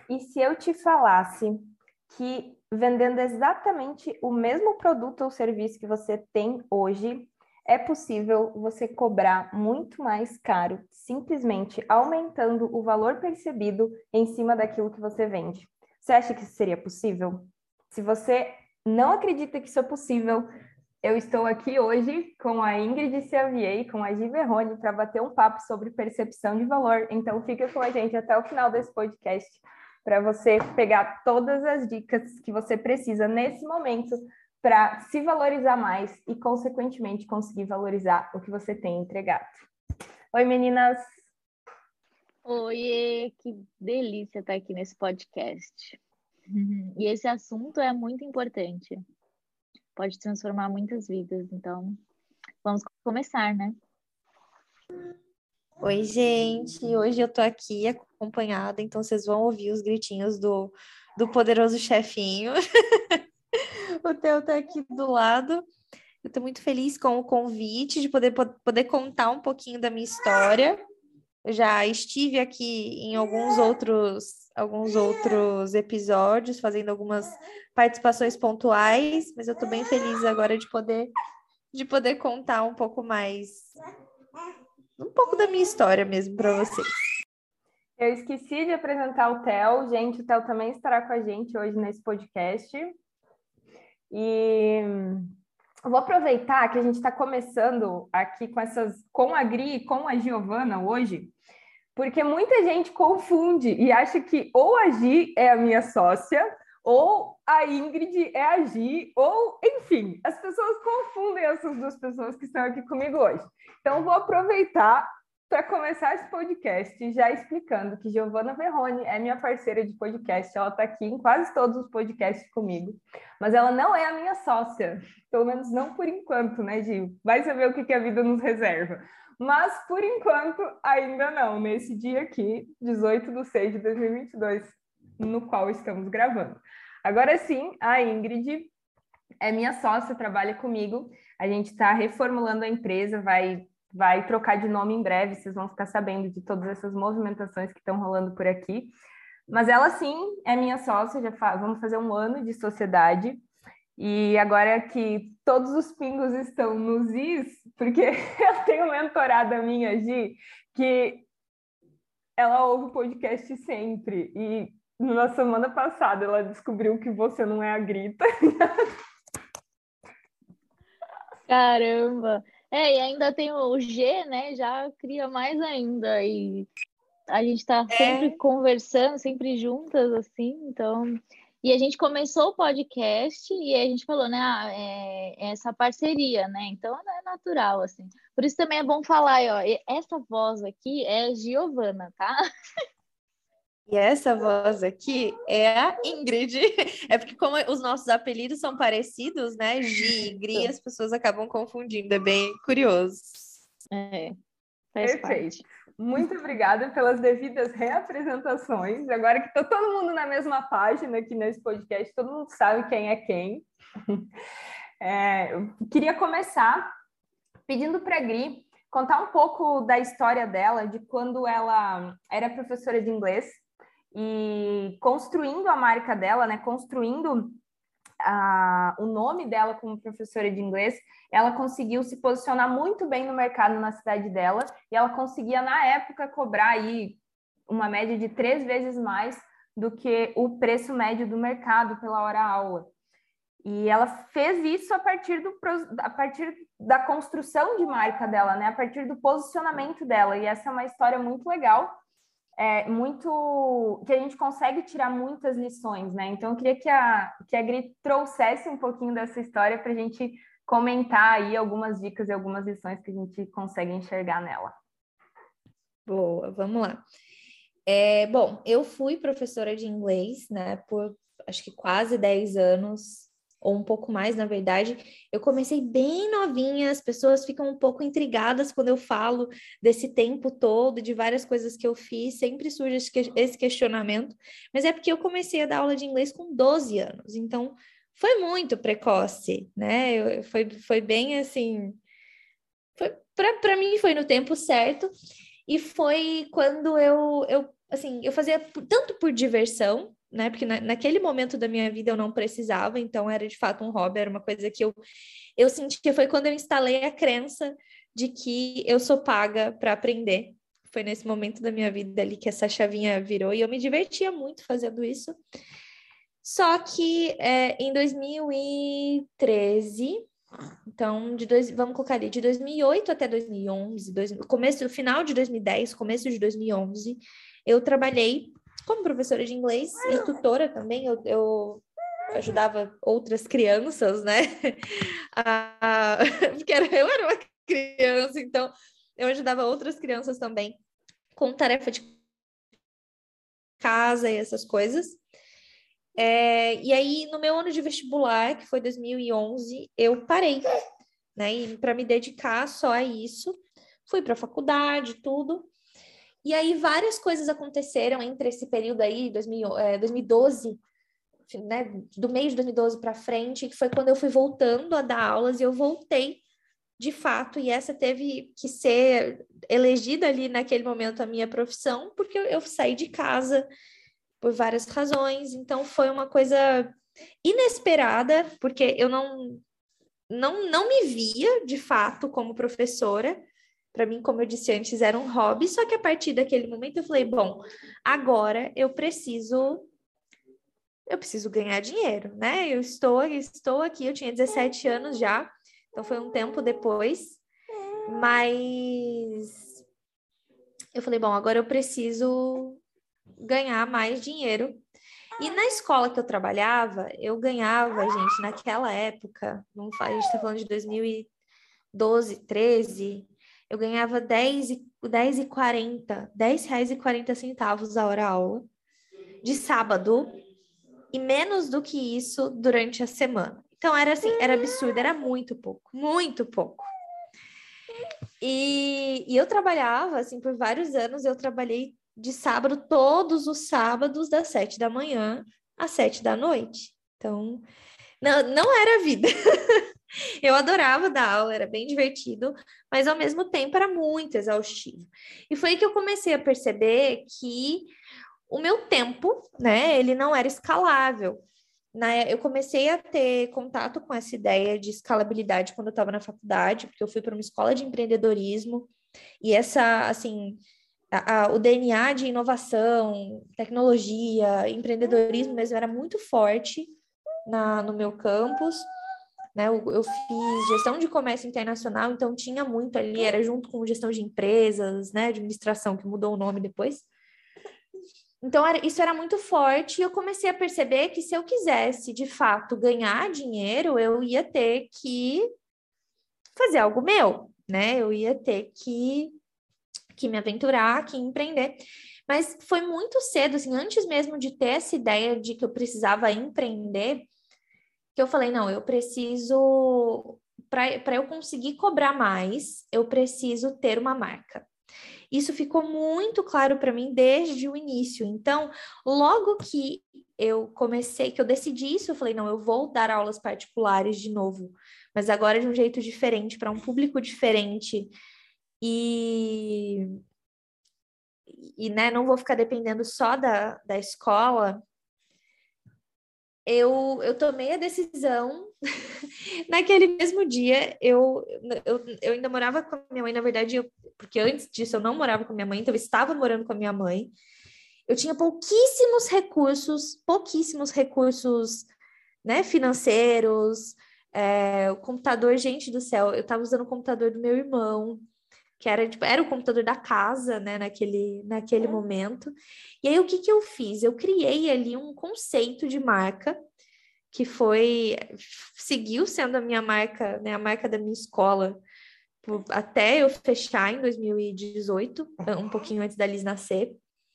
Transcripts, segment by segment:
E se eu te falasse que vendendo exatamente o mesmo produto ou serviço que você tem hoje, é possível você cobrar muito mais caro, simplesmente aumentando o valor percebido em cima daquilo que você vende? Você acha que isso seria possível? Se você não acredita que isso é possível, eu estou aqui hoje com a Ingrid Xavier e com a Gi Verrone para bater um papo sobre percepção de valor. Então, fica com a gente até o final desse podcast para você pegar todas as dicas que você precisa nesse momento para se valorizar mais e, consequentemente, conseguir valorizar o que você tem entregado. Oi, meninas! Oi, que delícia estar aqui nesse podcast. E esse assunto é muito importante. Pode transformar muitas vidas, então vamos começar, né? Oi, gente! Hoje eu tô aqui acompanhada, então vocês vão ouvir os gritinhos do poderoso chefinho. O Theo tá aqui do lado. Eu tô muito feliz com o convite de poder contar um pouquinho da minha história. Eu já estive aqui em alguns outros episódios, fazendo algumas participações pontuais, mas eu tô bem feliz agora de poder contar um pouco da minha história mesmo para vocês. Eu esqueci de apresentar o Theo. Gente, o Theo também estará com a gente hoje nesse podcast. E eu vou aproveitar que a gente está começando aqui com a Gri e com a Giovana hoje, porque muita gente confunde e acha que ou a Gi é a minha sócia, ou a Ingrid é a Gi, ou, enfim, as pessoas confundem essas duas pessoas que estão aqui comigo hoje. Então, eu vou aproveitar para começar esse podcast já explicando que Giovana Verrone é minha parceira de podcast. Ela está aqui em quase todos os podcasts comigo, mas ela não é a minha sócia, pelo menos não por enquanto, né, Gi? Vai saber o que a vida nos reserva. Mas, por enquanto, ainda não, nesse dia aqui, 18/6/2022, no qual estamos gravando. Agora sim, a Ingrid é minha sócia, trabalha comigo. A gente está reformulando a empresa, vai trocar de nome em breve, vocês vão ficar sabendo de todas essas movimentações que estão rolando por aqui. Mas ela sim é minha sócia, vamos fazer 1 ano de sociedade. E agora que todos os pingos estão nos is, porque eu tenho uma mentorada minha, Gi, que ela ouve o podcast sempre. E na semana passada ela descobriu que você não é a Grita. Caramba! E ainda tem o G, né? Já cria mais ainda. E a gente tá sempre conversando, sempre juntas, assim, então... E a gente começou o podcast e a gente falou, né? É essa parceria, né? Então é natural, assim. Por isso também é bom falar, ó, essa voz aqui é Giovana, tá? E essa voz aqui é a Ingrid. É porque como os nossos apelidos são parecidos, né? Gi, Gri, as pessoas acabam confundindo. É bem curioso. Faz Perfeito. parte. Muito obrigada pelas devidas reapresentações. Agora que está todo mundo na mesma página aqui nesse podcast, todo mundo sabe quem é quem. Eu queria começar pedindo para a Gri contar um pouco da história dela, de quando ela era professora de inglês e construindo a marca dela, né? Construindo o nome dela como professora de inglês, ela conseguiu se posicionar muito bem no mercado na cidade dela e ela conseguia, na época, cobrar aí uma média de 3 vezes mais do que o preço médio do mercado pela hora aula. E ela fez isso a partir da construção de marca dela, né? A partir do posicionamento dela. E essa é uma história muito legal, que a gente consegue tirar muitas lições, né? Então, eu queria que a Gri trouxesse um pouquinho dessa história para a gente comentar aí algumas dicas e algumas lições que a gente consegue enxergar nela. Boa, vamos lá. Bom, eu fui professora de inglês, né, por acho que quase 10 anos, ou um pouco mais, na verdade. Eu comecei bem novinha, as pessoas ficam um pouco intrigadas quando eu falo desse tempo todo, de várias coisas que eu fiz, sempre surge esse questionamento, mas é porque eu comecei a dar aula de inglês com 12 anos, então foi muito precoce, né? Foi bem assim, para mim foi no tempo certo, e foi quando eu assim, eu fazia tanto por diversão, né? Porque naquele momento da minha vida eu não precisava, então era de fato um hobby, era uma coisa que eu senti que foi quando eu instalei a crença de que eu sou paga para aprender. Foi nesse momento da minha vida ali que essa chavinha virou e eu me divertia muito fazendo isso. Só que em 2013, então vamos colocar ali, de 2008 até 2011, final de 2010, começo de 2011, eu trabalhei como professora de inglês e tutora também. Eu ajudava outras crianças, né? Porque eu era uma criança, então eu ajudava outras crianças também com tarefa de casa e essas coisas. E aí, no meu ano de vestibular, que foi 2011, eu parei, né? E para me dedicar só a isso, fui para a faculdade, tudo. E aí, várias coisas aconteceram entre esse período aí, 2012, né? Do meio de 2012 para frente, que foi quando eu fui voltando a dar aulas e eu voltei de fato, e essa teve que ser elegida ali naquele momento a minha profissão, porque eu saí de casa por várias razões, então foi uma coisa inesperada, porque eu não me via de fato como professora. Para mim, como eu disse antes, era um hobby, só que a partir daquele momento eu falei, bom, agora eu preciso ganhar dinheiro, né? Eu estou aqui, eu tinha 17 anos já, então foi um tempo depois, mas eu falei, bom, agora eu preciso ganhar mais dinheiro. E na escola que eu trabalhava, eu ganhava, gente, naquela época, a gente está falando de 2012, 13, eu ganhava R$10,40 a hora aula de sábado e menos do que isso durante a semana. Então era assim, era absurdo, era muito pouco, muito pouco. E eu trabalhava, assim, por vários anos, eu trabalhei de sábado, todos os sábados, das 7 da manhã às 7 da noite. Então, não era vida. Eu adorava dar aula, era bem divertido, mas ao mesmo tempo era muito exaustivo. E foi aí que eu comecei a perceber que o meu tempo, né, ele não era escalável. Eu comecei a ter contato com essa ideia de escalabilidade quando eu estava na faculdade, porque eu fui para uma escola de empreendedorismo, e o DNA de inovação, tecnologia, empreendedorismo mesmo era muito forte no meu campus, né? Eu fiz gestão de comércio internacional, então tinha muito ali, era junto com gestão de empresas, né? Administração, que mudou o nome depois. Então, isso era muito forte e eu comecei a perceber que se eu quisesse, de fato, ganhar dinheiro, eu ia ter que fazer algo meu, né? Eu ia ter que me aventurar, que empreender. Mas foi muito cedo, assim, antes mesmo de ter essa ideia de que eu precisava empreender, que eu falei, não, eu preciso, para eu conseguir cobrar mais, eu preciso ter uma marca. Isso ficou muito claro para mim desde o início. Então, logo que eu decidi isso, eu falei, não, eu vou dar aulas particulares de novo, mas agora de um jeito diferente, para um público diferente. E né, não vou ficar dependendo só da escola. Eu tomei a decisão. Naquele mesmo dia, eu ainda morava com a minha mãe, na verdade, porque antes disso eu não morava com a minha mãe, então eu estava morando com a minha mãe. Eu tinha pouquíssimos recursos, né, financeiros, o computador, gente do céu, eu estava usando o computador do meu irmão, que era o computador da casa, né, naquele momento. E aí, o que eu fiz? Eu criei ali um conceito de marca, que seguiu sendo a minha marca, né, a marca da minha escola, até eu fechar em 2018, um pouquinho antes da Liz nascer.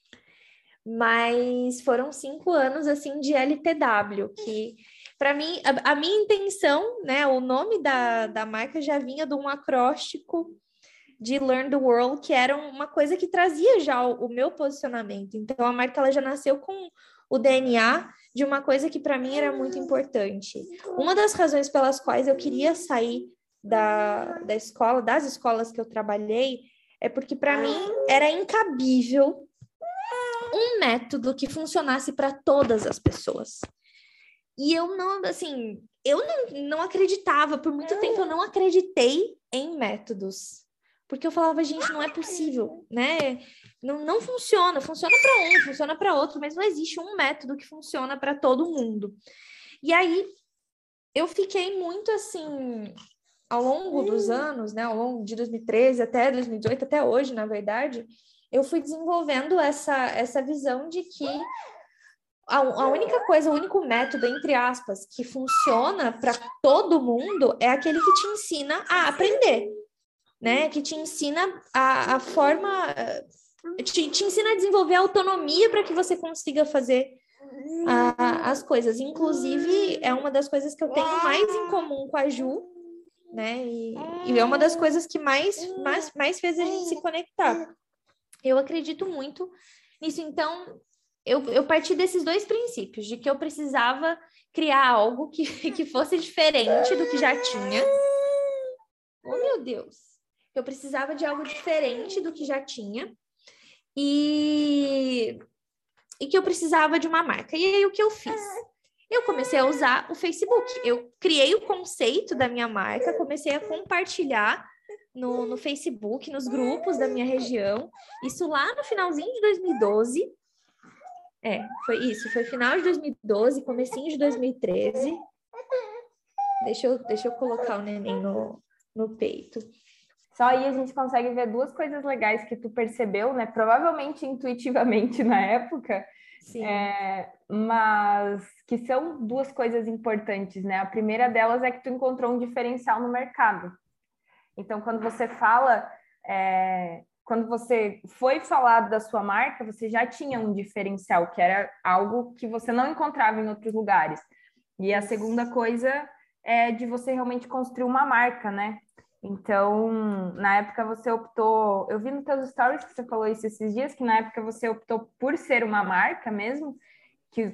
Mas foram 5 anos, assim, de LTW, que, para mim, a minha intenção, né, o nome da marca já vinha de um acróstico de Learn the World, que era uma coisa que trazia já o meu posicionamento. Então, a marca ela já nasceu com o DNA de uma coisa que para mim era muito importante. Uma das razões pelas quais eu queria sair das escolas que eu trabalhei, é porque para mim era incabível um método que funcionasse para todas as pessoas. E eu não acreditava, por muito tempo eu não acreditei em métodos. Porque eu falava, gente, não é possível, né? Não funciona para um, funciona para outro, mas não existe um método que funciona para todo mundo. E aí, eu fiquei muito assim, ao longo dos anos, né? Ao longo de 2013 até 2018, até hoje, na verdade, eu fui desenvolvendo essa visão de que a única coisa, o único método, entre aspas, que funciona para todo mundo é aquele que te ensina a aprender, né? Que te ensina a forma, te ensina a desenvolver a autonomia para que você consiga fazer as coisas. Inclusive, é uma das coisas que eu tenho mais em comum com a Ju, né? E é uma das coisas que mais fez a gente se conectar. Eu acredito muito nisso. Então, eu parti desses dois princípios, de que eu precisava criar algo que fosse diferente do que já tinha. Oh, meu Deus! Eu precisava de algo diferente do que já tinha e que eu precisava de uma marca. E aí, o que eu fiz? Eu comecei a usar o Facebook. Eu criei o conceito da minha marca, comecei a compartilhar no Facebook, nos grupos da minha região. Isso lá no finalzinho de 2012. Foi final de 2012, comecinho de 2013. Deixa eu colocar o neném no peito. Só aí a gente consegue ver duas coisas legais que tu percebeu, né? Provavelmente intuitivamente na época, Sim. Mas que são duas coisas importantes, né? A primeira delas é que tu encontrou um diferencial no mercado. Então, quando você fala, quando você foi falar da sua marca, você já tinha um diferencial, que era algo que você não encontrava em outros lugares. E a segunda coisa é de você realmente construir uma marca, né? Então, na época você optou... Eu vi nos teus stories que você falou isso esses dias, que na época você optou por ser uma marca mesmo, que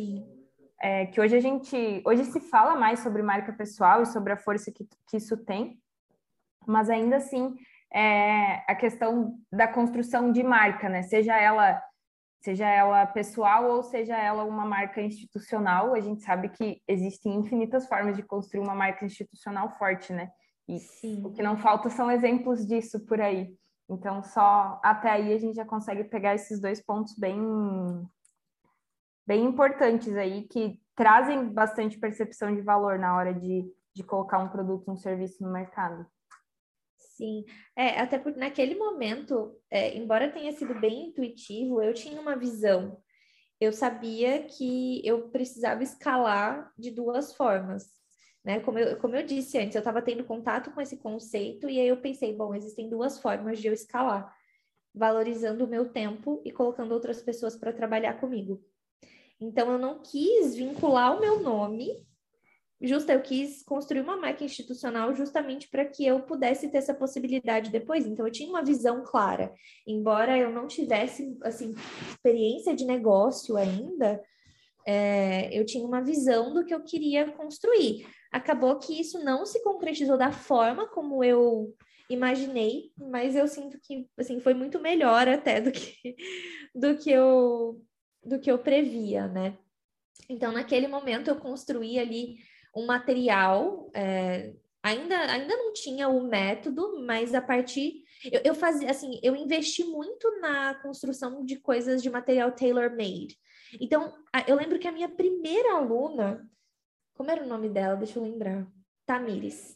hoje se fala mais sobre marca pessoal e sobre a força que isso tem, mas ainda assim, a questão da construção de marca, né? Seja ela pessoal ou seja ela uma marca institucional, a gente sabe que existem infinitas formas de construir uma marca institucional forte, né? E Sim. O que não falta são exemplos disso por aí. Então, só até aí a gente já consegue pegar esses dois pontos bem importantes aí, que trazem bastante percepção de valor na hora de colocar um produto, um serviço no mercado. Sim, até porque naquele momento, embora tenha sido bem intuitivo, eu tinha uma visão. Eu sabia que eu precisava escalar de duas formas, né? Como eu disse antes, eu estava tendo contato com esse conceito e aí eu pensei, bom, existem duas formas de eu escalar, valorizando o meu tempo e colocando outras pessoas para trabalhar comigo. Então, eu não quis vincular o meu nome, eu quis construir uma marca institucional justamente para que eu pudesse ter essa possibilidade depois. Então, eu tinha uma visão clara. Embora eu não tivesse, assim, experiência de negócio ainda, eu tinha uma visão do que eu queria construir. Acabou que isso não se concretizou da forma como eu imaginei, mas eu sinto que, assim, foi muito melhor até do que eu previa, né? Então, naquele momento, eu construí ali um material, ainda não tinha o método, mas a partir... Eu fazia, assim, eu investi muito na construção de coisas de material tailor-made. Então, eu lembro que a minha primeira aluna... Como era o nome dela? Deixa eu lembrar. Tamires.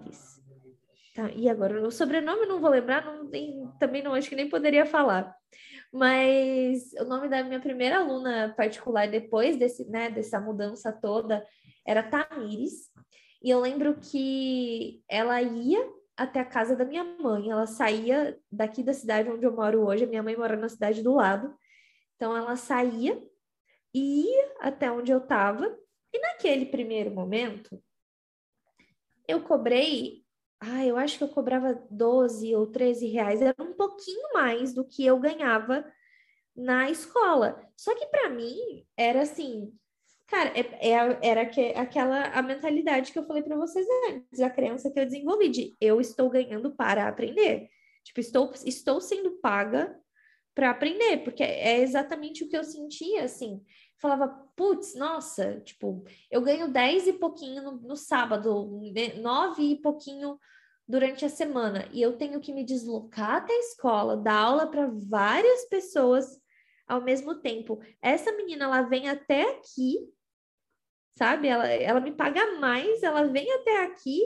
E agora, o sobrenome eu não vou lembrar, também não acho que nem poderia falar. Mas o nome da minha primeira aluna particular, depois dessa mudança toda, era Tamires. E eu lembro que ela ia até a casa da minha mãe. Ela saía daqui da cidade onde eu moro hoje. A minha mãe mora na cidade do lado. Então, ela saía e ia até onde eu estava. E naquele primeiro momento, eu cobrei... eu acho que eu cobrava 12 ou 13 reais. Era um pouquinho mais do que eu ganhava na escola. Só que para mim era assim, cara, era a mentalidade que eu falei para vocês antes, a crença que eu desenvolvi de eu estou ganhando para aprender. Tipo, estou sendo paga para aprender, porque é exatamente o que eu sentia, assim. Falava, putz, nossa, tipo, eu ganho 10 e pouquinho no sábado, 9 e pouquinho durante a semana, e eu tenho que me deslocar até a escola, dar aula para várias pessoas ao mesmo tempo. Essa menina, ela vem até aqui, sabe? Ela me paga mais, ela vem até aqui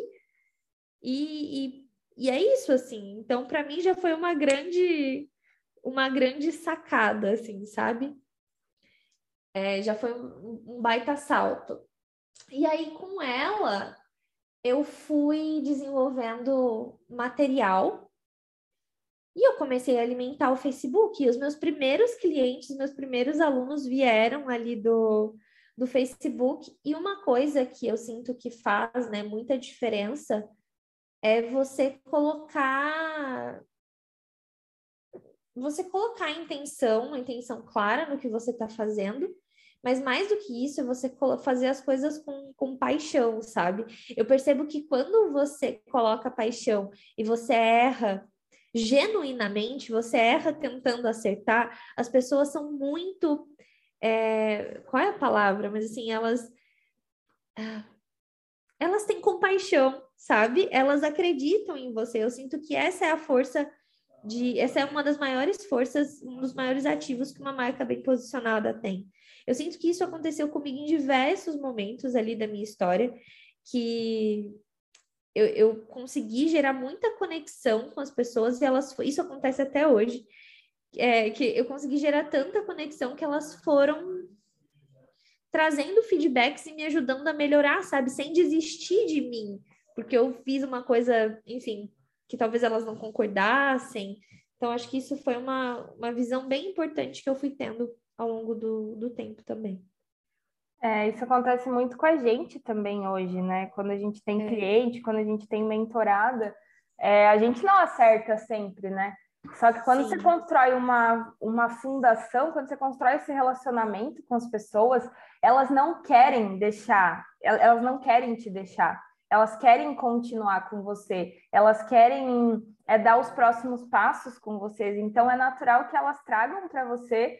e é isso, assim. Então, para mim, já foi uma grande sacada, assim, sabe? Já foi um baita salto. E aí, com ela, eu fui desenvolvendo material e eu comecei a alimentar o Facebook. E os meus primeiros clientes, meus primeiros alunos vieram ali do Facebook. E uma coisa que eu sinto que faz, né, muita diferença é você colocar a intenção clara no que você está fazendo, mas mais do que isso, é você fazer as coisas com paixão, sabe? Eu percebo que quando você coloca paixão e você erra genuinamente, você erra tentando acertar, as pessoas são muito. Qual é a palavra? Mas assim, elas têm compaixão, sabe? Elas acreditam em você. Eu sinto que essa é a força essa é uma das maiores forças, um dos maiores ativos que uma marca bem posicionada tem. Eu sinto que isso aconteceu comigo em diversos momentos ali da minha história, que eu consegui gerar muita conexão com as pessoas e isso acontece até hoje, que eu consegui gerar tanta conexão que elas foram trazendo feedbacks e me ajudando a melhorar, sabe? Sem desistir de mim, porque eu fiz uma coisa, enfim, que talvez elas não concordassem. Então, acho que isso foi uma visão bem importante que eu fui tendo ao longo do tempo também. Isso acontece muito com a gente também hoje, né? Quando a gente tem cliente, quando a gente tem mentorada, a gente não acerta sempre, né? Só que quando você constrói uma fundação, quando você constrói esse relacionamento com as pessoas, elas não querem elas não querem te deixar, elas querem continuar com você, elas querem dar os próximos passos com vocês. Então é natural que elas tragam para você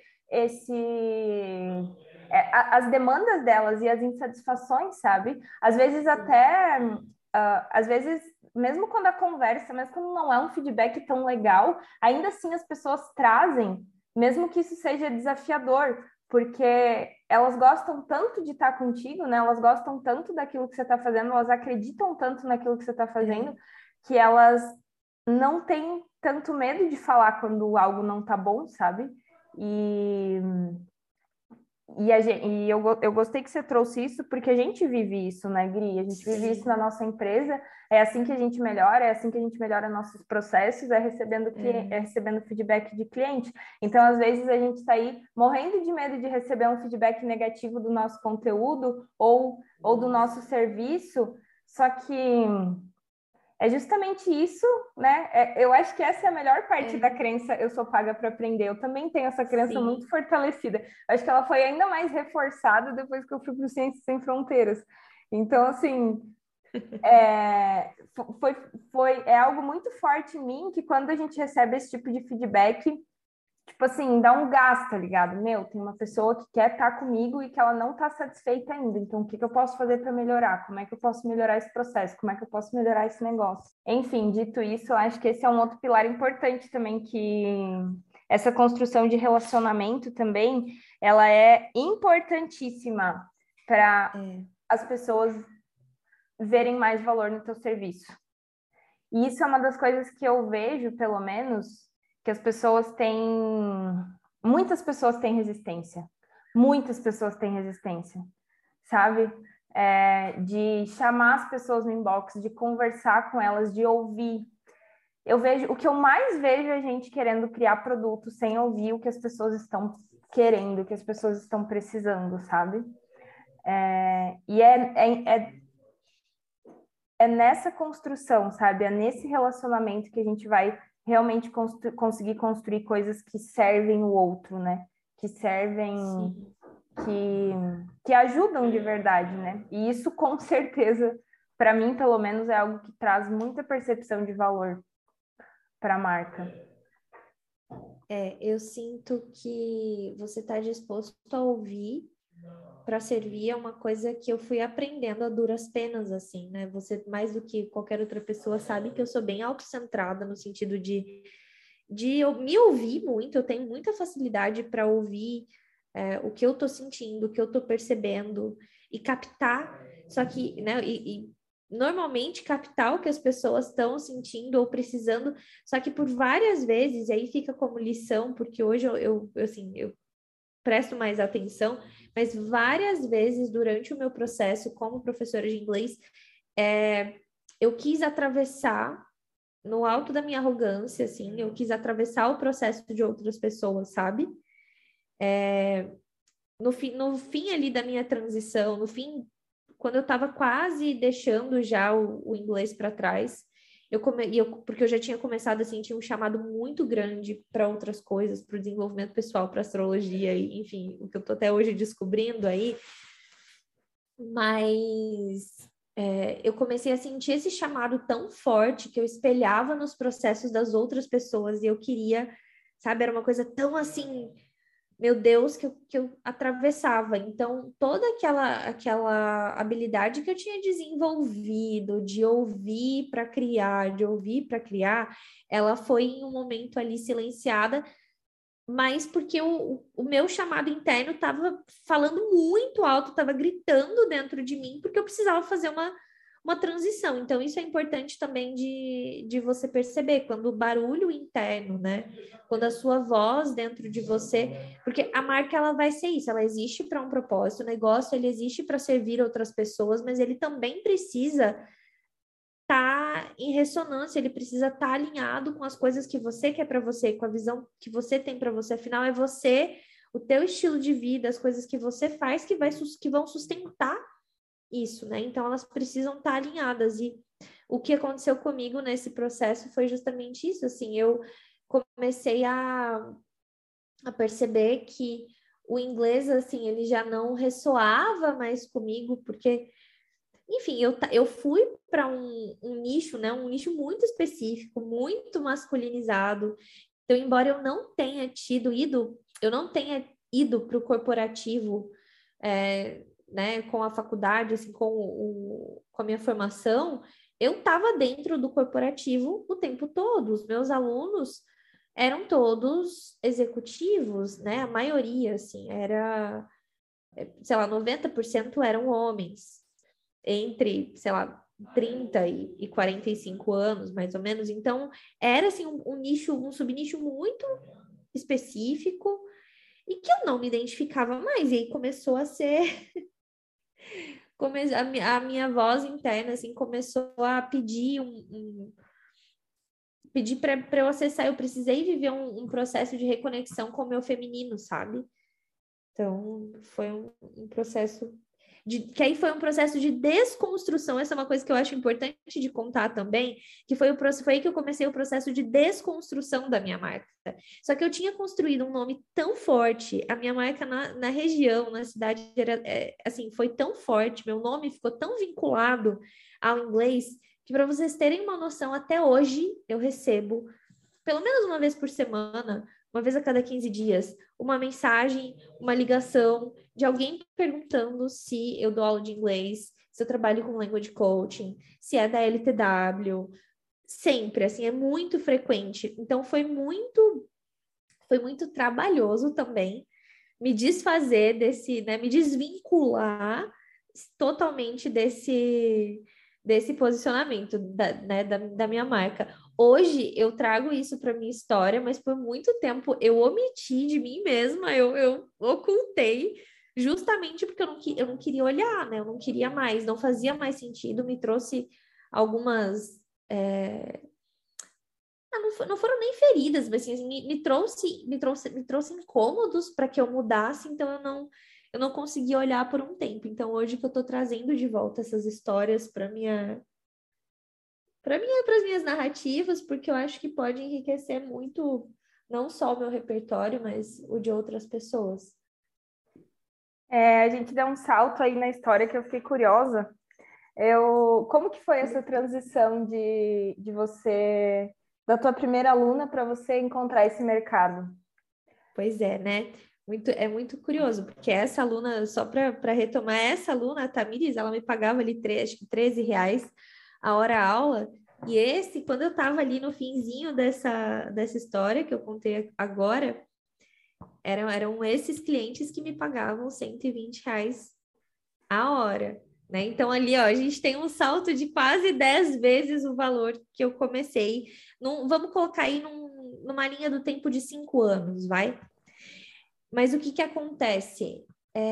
as demandas delas e as insatisfações, sabe? Às vezes às vezes, mesmo quando a conversa, mesmo quando não é um feedback tão legal, ainda assim as pessoas trazem, mesmo que isso seja desafiador, porque elas gostam tanto de estar contigo, né? Elas gostam tanto daquilo que você está fazendo, elas acreditam tanto naquilo que você está fazendo, que elas não têm tanto medo de falar quando algo não tá bom, sabe? Eu gostei que você trouxe isso, porque a gente vive isso, né, Gri? A gente vive isso na nossa empresa, é assim que a gente melhora, é assim que a gente melhora nossos processos, recebendo feedback de cliente. Então, às vezes, a gente está aí morrendo de medo de receber um feedback negativo do nosso conteúdo ou do nosso serviço, só que é justamente isso, né? Eu acho que essa é a melhor parte da crença, eu sou paga para aprender. Eu também tenho essa crença muito fortalecida. Acho que ela foi ainda mais reforçada depois que eu fui para o Ciências Sem Fronteiras. Então, assim, é algo muito forte em mim que quando a gente recebe esse tipo de feedback, tipo assim, dá um gás, tá ligado? Meu, tem uma pessoa que quer estar comigo e que ela não está satisfeita ainda. Então, o que eu posso fazer para melhorar? Como é que eu posso melhorar esse processo? Como é que eu posso melhorar esse negócio? Enfim, dito isso, eu acho que esse é um outro pilar importante também, que essa construção de relacionamento também, ela é importantíssima para as pessoas verem mais valor no teu serviço. E isso é uma das coisas que eu vejo, pelo menos, que as pessoas têm... Muitas pessoas têm resistência. Muitas pessoas têm resistência, sabe? De chamar as pessoas no inbox, de conversar com elas, de ouvir. O que eu mais vejo é gente querendo criar produto sem ouvir o que as pessoas estão querendo, o que as pessoas estão precisando, sabe? É nessa construção, sabe? É nesse relacionamento que a gente vai realmente conseguir construir coisas que servem o outro, né? Que servem, que ajudam de verdade, né? E isso, com certeza, para mim, pelo menos, é algo que traz muita percepção de valor para a marca. Eu sinto que você está disposto a ouvir para servir é uma coisa que eu fui aprendendo a duras penas, assim, né? Você, mais do que qualquer outra pessoa, sabe que eu sou bem autocentrada no sentido de eu me ouvir muito, eu tenho muita facilidade para ouvir o que eu tô sentindo, o que eu tô percebendo e captar, só que, né, e normalmente captar o que as pessoas estão sentindo ou precisando, só que por várias vezes, e aí fica como lição, porque hoje assim, eu presto mais atenção, mas várias vezes durante o meu processo como professora de inglês, eu quis atravessar no alto da minha arrogância, assim, eu quis atravessar o processo de outras pessoas, sabe? No fim ali da minha transição, no fim, quando eu estava quase deixando já o inglês para trás, porque eu já tinha começado a sentir um chamado muito grande para outras coisas, para o desenvolvimento pessoal, para astrologia, e, enfim, o que eu estou até hoje descobrindo aí, mas eu comecei a sentir esse chamado tão forte que eu espelhava nos processos das outras pessoas e eu queria, sabe, era uma coisa tão assim, meu Deus, que eu atravessava. Então, toda aquela habilidade que eu tinha desenvolvido de ouvir para criar, ela foi em um momento ali silenciada, mas porque o meu chamado interno estava falando muito alto, estava gritando dentro de mim, porque eu precisava fazer uma transição. Então, isso é importante também de você perceber, quando o barulho interno, né? Quando a sua voz dentro de você... Porque a marca, ela vai ser isso, ela existe para um propósito, o negócio, ele existe para servir outras pessoas, mas ele também precisa estar em ressonância, ele precisa estar alinhado com as coisas que você quer para você, com a visão que você tem para você. Afinal, é você, o teu estilo de vida, as coisas que você faz que vão sustentar isso, né? Então, elas precisam estar alinhadas. E o que aconteceu comigo nesse processo foi justamente isso, assim, eu comecei a perceber que o inglês, assim, ele já não ressoava mais comigo, porque enfim, eu fui para um nicho, né? Um nicho muito específico, muito masculinizado. Então, embora eu não tenha ido para o corporativo, né? Com a faculdade, assim, com a minha formação, eu estava dentro do corporativo o tempo todo. Os meus alunos eram todos executivos, né? A maioria, assim, sei lá, 90% eram homens entre, sei lá, 30 e 45 anos, mais ou menos. Então, era assim um nicho, um subnicho muito específico e que eu não me identificava mais. E aí começou a ser a minha voz interna assim começou a pedir pedir para eu acessar. Eu precisei viver um processo de reconexão com o meu feminino, sabe? Então, foi um processo que aí foi um processo de desconstrução. Essa é uma coisa que eu acho importante de contar também, que foi aí que eu comecei o processo de desconstrução da minha marca. Só que eu tinha construído um nome tão forte, a minha marca na região, na cidade, assim, foi tão forte, meu nome ficou tão vinculado ao inglês, que para vocês terem uma noção, até hoje eu recebo, pelo menos uma vez por semana, uma vez a cada 15 dias, uma mensagem, uma ligação de alguém perguntando se eu dou aula de inglês, se eu trabalho com language coaching, se é da LTW, sempre, assim, é muito frequente. Então, foi muito trabalhoso também me desfazer desse, né, me desvincular totalmente desse posicionamento da minha marca. Hoje eu trago isso para minha história, mas por muito tempo eu omiti de mim mesma, eu ocultei, justamente porque eu não queria olhar, né? Eu não queria mais, não fazia mais sentido, me trouxe algumas. Não foram nem feridas, mas assim, me trouxe incômodos para que eu mudasse, então eu não consegui olhar por um tempo. Então, hoje que eu estou trazendo de volta essas histórias para as minhas narrativas, porque eu acho que pode enriquecer muito, não só o meu repertório, mas o de outras pessoas. A gente deu um salto aí na história que eu fiquei curiosa. Como que foi essa transição de você, da tua primeira aluna para você encontrar esse mercado? Pois é, né? É muito curioso, porque essa aluna, só para retomar, essa aluna, a Tamires, ela me pagava ali acho que R$ 13 a hora aula, e quando eu estava ali no finzinho dessa história que eu contei agora, eram esses clientes que me pagavam R$ 120 a hora, né? Então ali, ó, a gente tem um salto de quase 10 vezes o valor que eu comecei. Vamos colocar aí numa linha do tempo de 5 anos, vai? Mas o que acontece?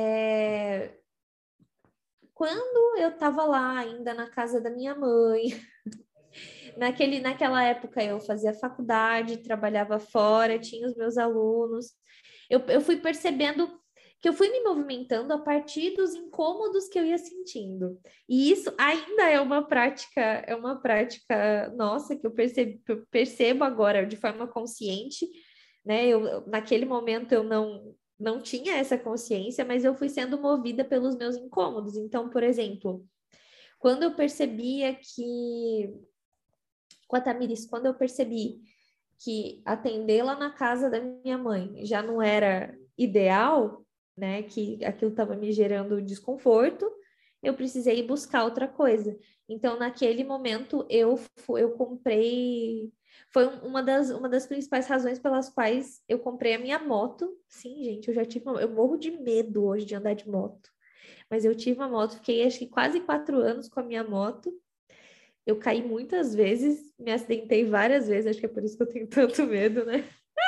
Quando eu estava lá ainda na casa da minha mãe, naquela época eu fazia faculdade, trabalhava fora, tinha os meus alunos, eu fui percebendo que eu fui me movimentando a partir dos incômodos que eu ia sentindo. E isso ainda é uma prática nossa que eu percebo agora de forma consciente, né? Naquele momento eu não tinha essa consciência, mas eu fui sendo movida pelos meus incômodos. Então, por exemplo, quando eu percebia que com a Tamires, quando eu percebi que atendê-la na casa da minha mãe já não era ideal, né, que aquilo estava me gerando desconforto, eu precisei buscar outra coisa. Então, naquele momento, eu comprei... Foi uma das principais razões pelas quais eu comprei a minha moto. Sim, gente, eu morro de medo hoje de andar de moto. Mas eu tive uma moto, fiquei acho que quase 4 anos com a minha moto. Eu caí muitas vezes, me acidentei várias vezes, acho que é por isso que eu tenho tanto medo, né?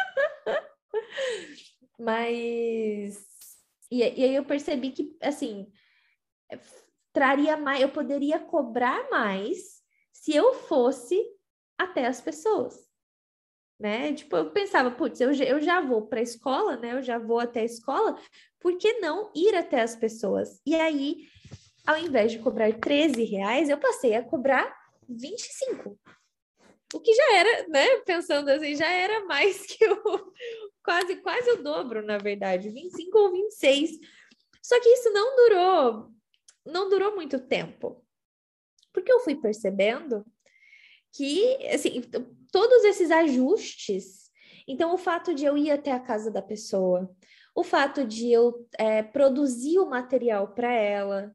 Mas... E aí eu percebi que, assim, traria mais, eu poderia cobrar mais se eu fosse até as pessoas, né? Tipo, eu pensava, putz, eu já vou para a escola, né? Eu já vou até a escola, por que não ir até as pessoas? E aí, ao invés de cobrar R$ 13, eu passei a cobrar 25. O que já era, né? Pensando assim, já era mais que quase o dobro, na verdade, 25 ou 26. Só que isso não durou muito tempo. Porque eu fui percebendo que, assim, todos esses ajustes, então o fato de eu ir até a casa da pessoa, o fato de eu produzir o material para ela,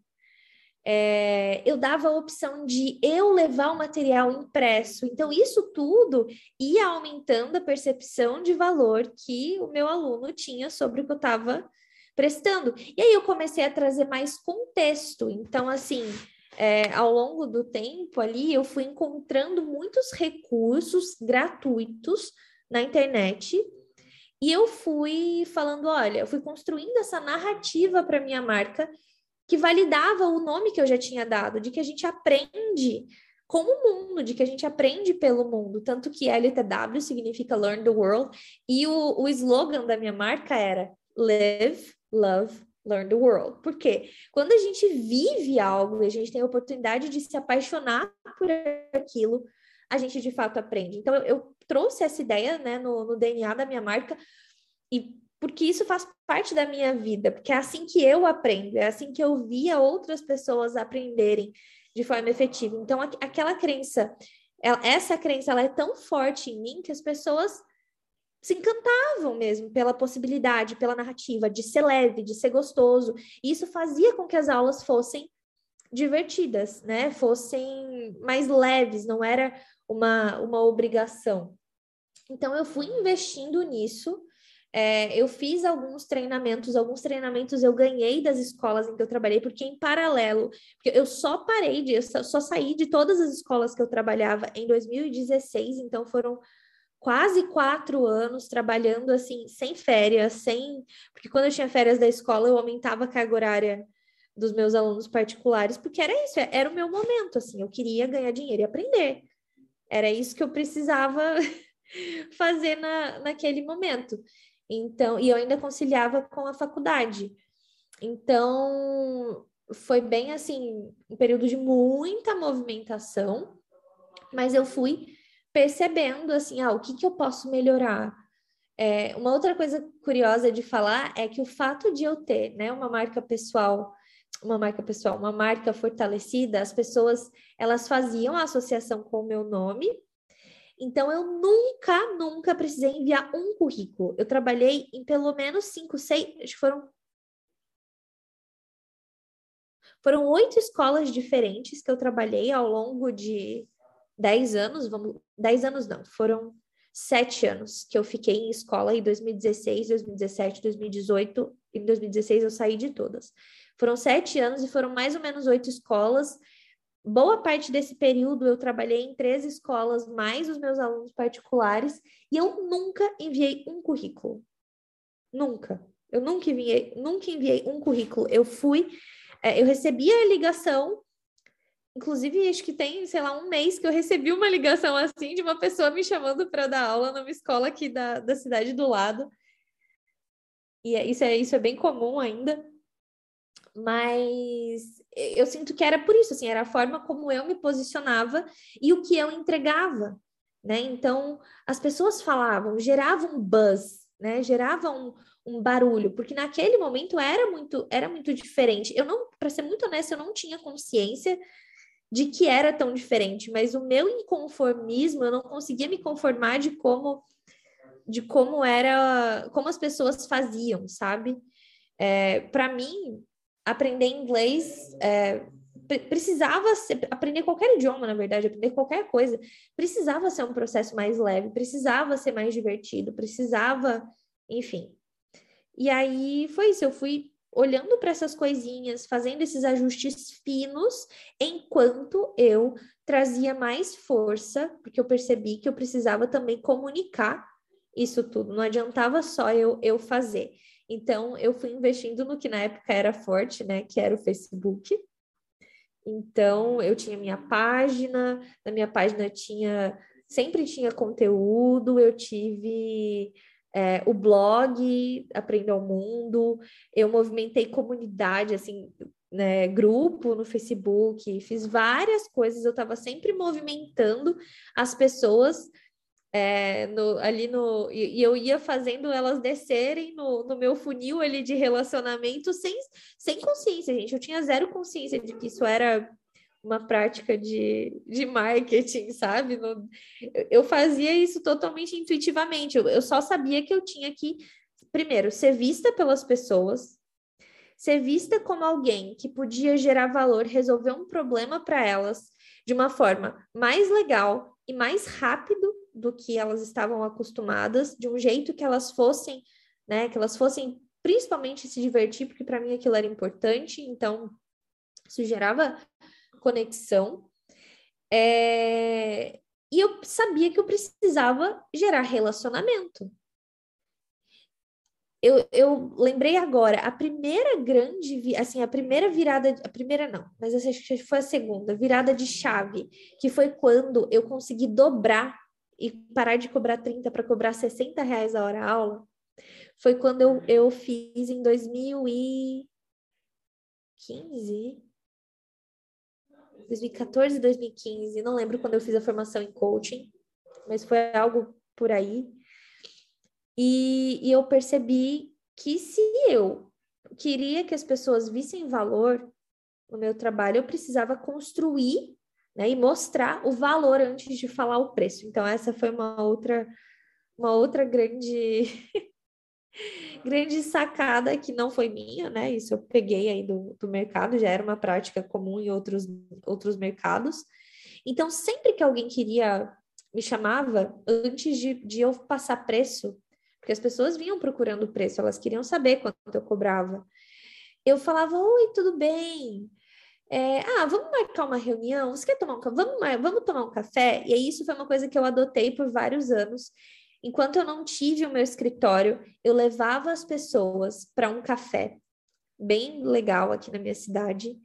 eu dava a opção de eu levar o material impresso. Então, isso tudo ia aumentando a percepção de valor que o meu aluno tinha sobre o que eu estava prestando. E aí eu comecei a trazer mais contexto. Então, assim, ao longo do tempo ali, eu fui encontrando muitos recursos gratuitos na internet. E eu fui falando, olha, eu fui construindo essa narrativa para minha marca que validava o nome que eu já tinha dado, de que a gente aprende com o mundo, de que a gente aprende pelo mundo, tanto que LTW significa Learn the World, e o slogan da minha marca era Live, Love, Learn the World. Por quê? Quando a gente vive algo e a gente tem a oportunidade de se apaixonar por aquilo, a gente de fato aprende. Então, eu trouxe essa ideia, né, no DNA da minha marca, e porque isso faz parte da minha vida, porque é assim que eu aprendo, é assim que eu via outras pessoas aprenderem de forma efetiva. Então, aquela crença, essa crença, ela é tão forte em mim que as pessoas se encantavam mesmo pela possibilidade, pela narrativa de ser leve, de ser gostoso. E isso fazia com que as aulas fossem divertidas, né? Fossem mais leves, não era uma obrigação. Então, eu fui investindo nisso. Eu fiz alguns treinamentos eu ganhei das escolas em que eu trabalhei, porque em paralelo, porque eu só saí de todas as escolas que eu trabalhava em 2016, então foram quase 4 anos trabalhando assim, sem férias, porque quando eu tinha férias da escola, eu aumentava a carga horária dos meus alunos particulares, porque era isso, era o meu momento, assim, eu queria ganhar dinheiro e aprender. Era isso que eu precisava fazer naquele momento. Então, e eu ainda conciliava com a faculdade. Então, foi bem assim, um período de muita movimentação, mas eu fui percebendo assim, o que eu posso melhorar? Uma outra coisa curiosa de falar é que o fato de eu ter, né, uma marca fortalecida, as pessoas, elas faziam a associação com o meu nome, Então, eu nunca precisei enviar um currículo. Eu trabalhei em pelo menos 5, 6, acho que foram 8 escolas diferentes que eu trabalhei ao longo de 10 anos, 10 anos não, foram 7 anos que eu fiquei em escola em 2016, 2017, 2018, e em 2016 eu saí de todas. Foram 7 anos e foram mais ou menos 8 escolas. Boa parte desse período eu trabalhei em 3 escolas, mais os meus alunos particulares, e eu nunca enviei um currículo. Nunca. Eu nunca enviei um currículo. Eu recebi a ligação, inclusive acho que tem, sei lá, um mês que eu recebi uma ligação assim de uma pessoa me chamando para dar aula numa escola aqui da cidade do lado. E isso é bem comum ainda. Mas eu sinto que era por isso, assim, era a forma como eu me posicionava e o que eu entregava, né? Então, as pessoas falavam, geravam um buzz, né? Geravam um barulho, porque naquele momento era muito diferente. Eu não, para ser muito honesta, eu não tinha consciência de que era tão diferente, mas o meu inconformismo, eu não conseguia me conformar de como as pessoas faziam, sabe? Para mim, aprender inglês aprender qualquer idioma, na verdade, aprender qualquer coisa, precisava ser um processo mais leve, precisava ser mais divertido, precisava, enfim. E aí foi isso, eu fui olhando para essas coisinhas, fazendo esses ajustes finos, enquanto eu trazia mais força, porque eu percebi que eu precisava também comunicar isso tudo, não adiantava só eu fazer. Então, eu fui investindo no que na época era forte, né? Que era o Facebook. Então, eu tinha minha página, na minha página sempre tinha conteúdo, eu tive o blog Aprenda ao Mundo, eu movimentei comunidade, assim, né, grupo no Facebook, fiz várias coisas, eu estava sempre movimentando as pessoas e eu ia fazendo elas descerem no meu funil ali de relacionamento sem consciência, gente. Eu tinha zero consciência de que isso era uma prática de marketing, sabe? Eu fazia isso totalmente intuitivamente. Eu só sabia que eu tinha que, primeiro, ser vista pelas pessoas, ser vista como alguém que podia gerar valor, resolver um problema para elas de uma forma mais legal e mais rápido do que elas estavam acostumadas, de um jeito que elas fossem, né, que elas fossem principalmente se divertir, porque para mim aquilo era importante, então isso gerava conexão. E eu sabia que eu precisava gerar relacionamento. Eu lembrei agora, a primeira virada, a primeira não, mas essa acho que foi a segunda, virada de chave, que foi quando eu consegui dobrar e parar de cobrar 30 para cobrar R$60 a hora a aula, foi quando eu fiz em 2014, 2015, não lembro quando eu fiz a formação em coaching, mas foi algo por aí. E eu percebi que se eu queria que as pessoas vissem valor no meu trabalho, eu precisava construir, né, e mostrar o valor antes de falar o preço. Então, essa foi uma outra grande grande sacada que não foi minha, né? Isso eu peguei aí do mercado, já era uma prática comum em outros mercados. Então, sempre que alguém me chamava, antes de eu passar preço, porque as pessoas vinham procurando preço, elas queriam saber quanto eu cobrava. Eu falava, oi, tudo bem? Vamos marcar uma reunião? Você quer tomar vamos tomar um café? E aí isso foi uma coisa que eu adotei por vários anos. Enquanto eu não tive o meu escritório, eu levava as pessoas para um café bem legal aqui na minha cidade.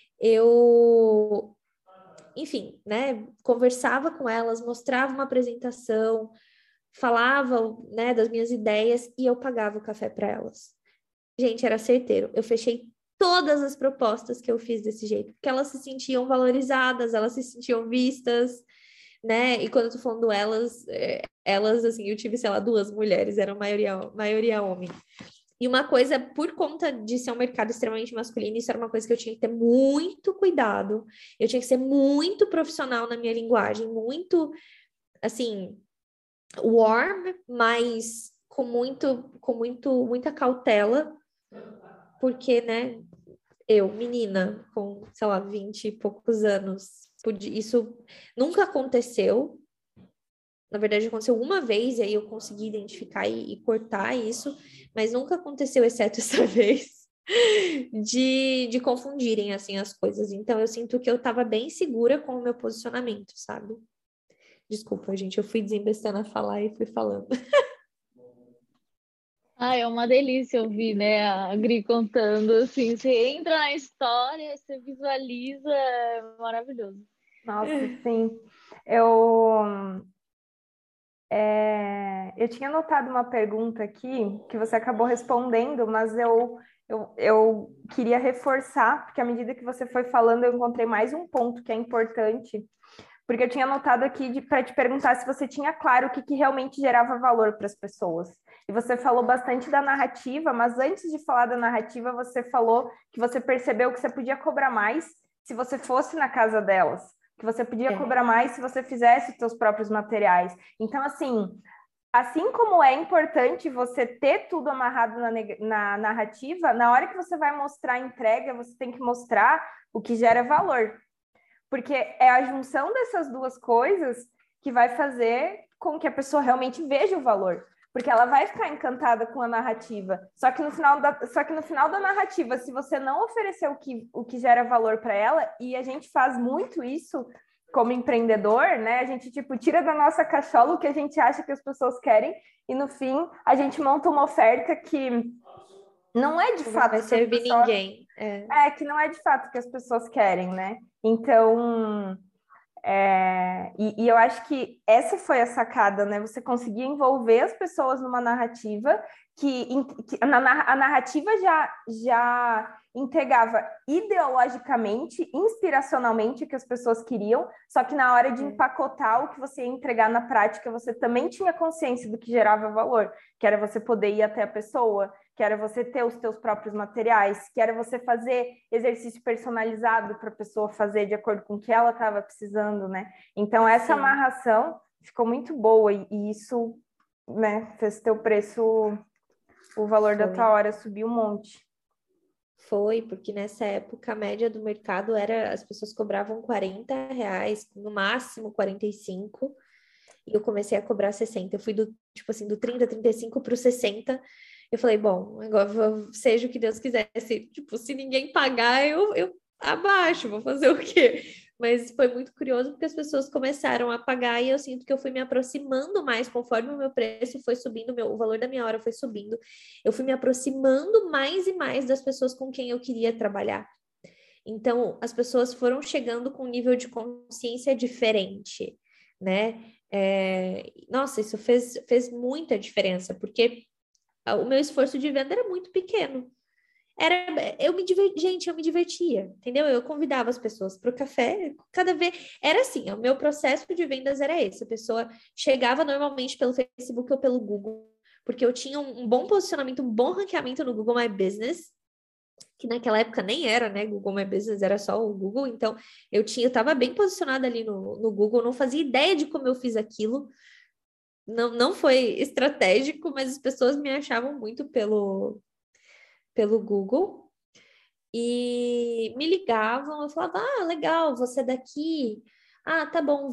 Enfim, né, conversava com elas, mostrava uma apresentação, falava, né, das minhas ideias e eu pagava o café para elas. Gente, era certeiro. Eu fechei todas as propostas que eu fiz desse jeito, porque elas se sentiam valorizadas, elas se sentiam vistas, né? E quando eu tô falando elas, assim, eu tive, sei lá, 2 mulheres, eram maioria homem. E uma coisa, por conta de ser um mercado extremamente masculino, isso era uma coisa que eu tinha que ter muito cuidado. Eu tinha que ser muito profissional na minha linguagem, muito assim, warm, mas com muita cautela, porque, né, eu, menina, com, sei lá, 20 e poucos anos, isso nunca aconteceu. Na verdade, aconteceu uma vez, e aí eu consegui identificar e cortar isso, mas nunca aconteceu, exceto essa vez, de confundirem, assim, as coisas. Então, eu sinto que eu estava bem segura com o meu posicionamento, sabe? Desculpa, gente, eu fui desembestando a falar e fui falando. Ah, é uma delícia ouvir, né, a Gri contando, assim, você entra na história, você visualiza, é maravilhoso. Nossa, sim. Eu, eu tinha anotado uma pergunta aqui que você acabou respondendo, mas eu queria reforçar, porque à medida que você foi falando, eu encontrei mais um ponto que é importante, porque eu tinha anotado aqui para te perguntar se você tinha claro o que realmente gerava valor para as pessoas. E você falou bastante da narrativa, mas antes de falar da narrativa, você falou que você percebeu que você podia cobrar mais se você fosse na casa delas, que você podia cobrar mais se você fizesse os seus próprios materiais. Então, assim como é importante você ter tudo amarrado na narrativa, na hora que você vai mostrar a entrega, você tem que mostrar o que gera valor. Porque é a junção dessas duas coisas que vai fazer com que a pessoa realmente veja o valor. Porque ela vai ficar encantada com a narrativa. Só que no final da narrativa, se você não oferecer o que gera valor para ela, e a gente faz muito isso como empreendedor, né? A gente, tipo, tira da nossa cachola o que a gente acha que as pessoas querem, e no fim a gente monta uma oferta que não é de fato Não vai servir ninguém. que não é de fato o que as pessoas querem, né? Então, e eu acho que essa foi a sacada, né? Você conseguir envolver as pessoas numa narrativa a narrativa já entregava ideologicamente, inspiracionalmente o que as pessoas queriam, só que na hora de empacotar o que você ia entregar na prática, você também tinha consciência do que gerava valor, que era você poder ir até a pessoa, que era você ter os teus próprios materiais, que era você fazer exercício personalizado para a pessoa fazer de acordo com o que ela estava precisando, né? Então, essa amarração ficou muito boa e isso, né, fez teu preço, o valor da tua hora subir um monte. Foi, porque nessa época a média do mercado era, as pessoas cobravam R$ 40, no máximo 45, e eu comecei a cobrar 60. Eu fui tipo assim, do 30, 35 para o 60. Eu falei, bom, agora seja o que Deus quiser. Tipo, se ninguém pagar, eu abaixo, vou fazer o quê? Mas foi muito curioso porque as pessoas começaram a pagar e eu sinto que eu fui me aproximando mais conforme o meu preço foi subindo, o valor da minha hora foi subindo. Eu fui me aproximando mais e mais das pessoas com quem eu queria trabalhar. Então, as pessoas foram chegando com um nível de consciência diferente, né? Nossa, isso fez muita diferença, porque o meu esforço de venda era muito pequeno. Gente, eu me divertia, entendeu? Eu convidava as pessoas para o café, cada vez era assim, o meu processo de vendas era esse, a pessoa chegava normalmente pelo Facebook ou pelo Google, porque eu tinha um bom posicionamento, um bom ranqueamento no Google My Business, que naquela época nem era, né? Google My Business era só o Google, então eu estava bem posicionada ali no Google, não fazia ideia de como eu fiz aquilo, não foi estratégico, mas as pessoas me achavam muito pelo Google e me ligavam, eu falava, legal, você é daqui, tá bom,